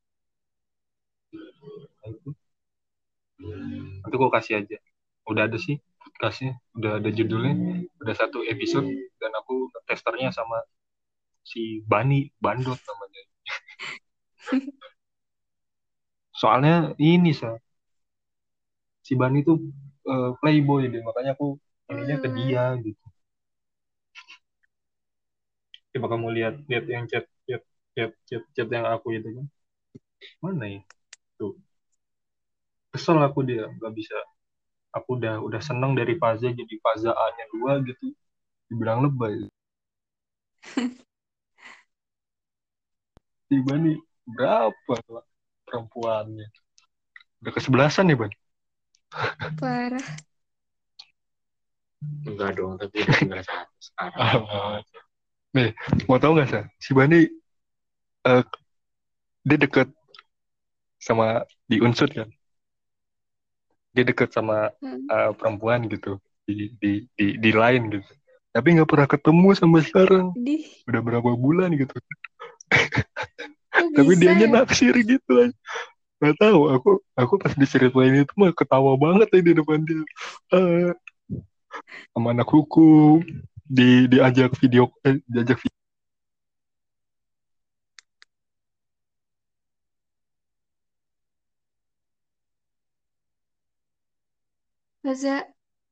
Nah, itu nanti aku kasih aja, udah ada sih podcastnya, udah ada judulnya, udah satu episode, dan aku testernya sama si Bani Bandot namanya. Soalnya ini sa si Bani tuh eh, playboy deh, makanya aku ininya ke Walah, dia gitu. Coba kamu lihat lihat yang chat chat chat chat, chat yang aku itu kan, mana ya tuh, kesel aku dia nggak bisa, aku udah udah seneng dari fase jadi fase A-nya dua gitu, dibilang lebay. Si Bani berapa tuh perempuannya, udah kesebelasan ya Ban. parah. Enggak dong, tapi udah tinggal satu sekarang. Ah, nih mau tahu nggak sih si Bani eh, dia deket sama di Unsur kan, dia deket sama Hmm. eh, perempuan gitu di di di di lain gitu, tapi nggak pernah ketemu sampai sekarang, Di, udah berapa bulan gitu, kok tapi bisa dianya ya? naksir gitu aja. Nggak tahu, aku aku pas diceritain itu mah ketawa banget ya di depan dia. Eh, sama anak hukum di diajak video eh, diajak video. Masa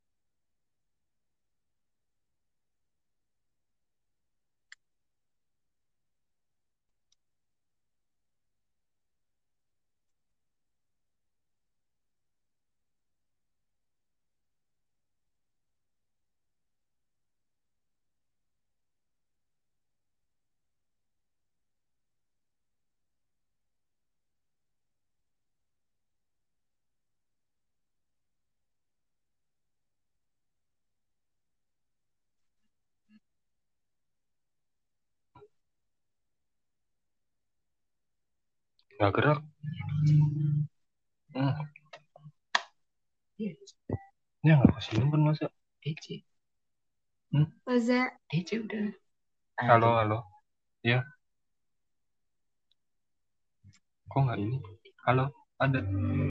Nggak gerak. Hmm. Ya nggak kasih nomor masa. Ece, Hmm? Masa Ece udah Halo ada. halo, ya kok nggak ini, halo, ada.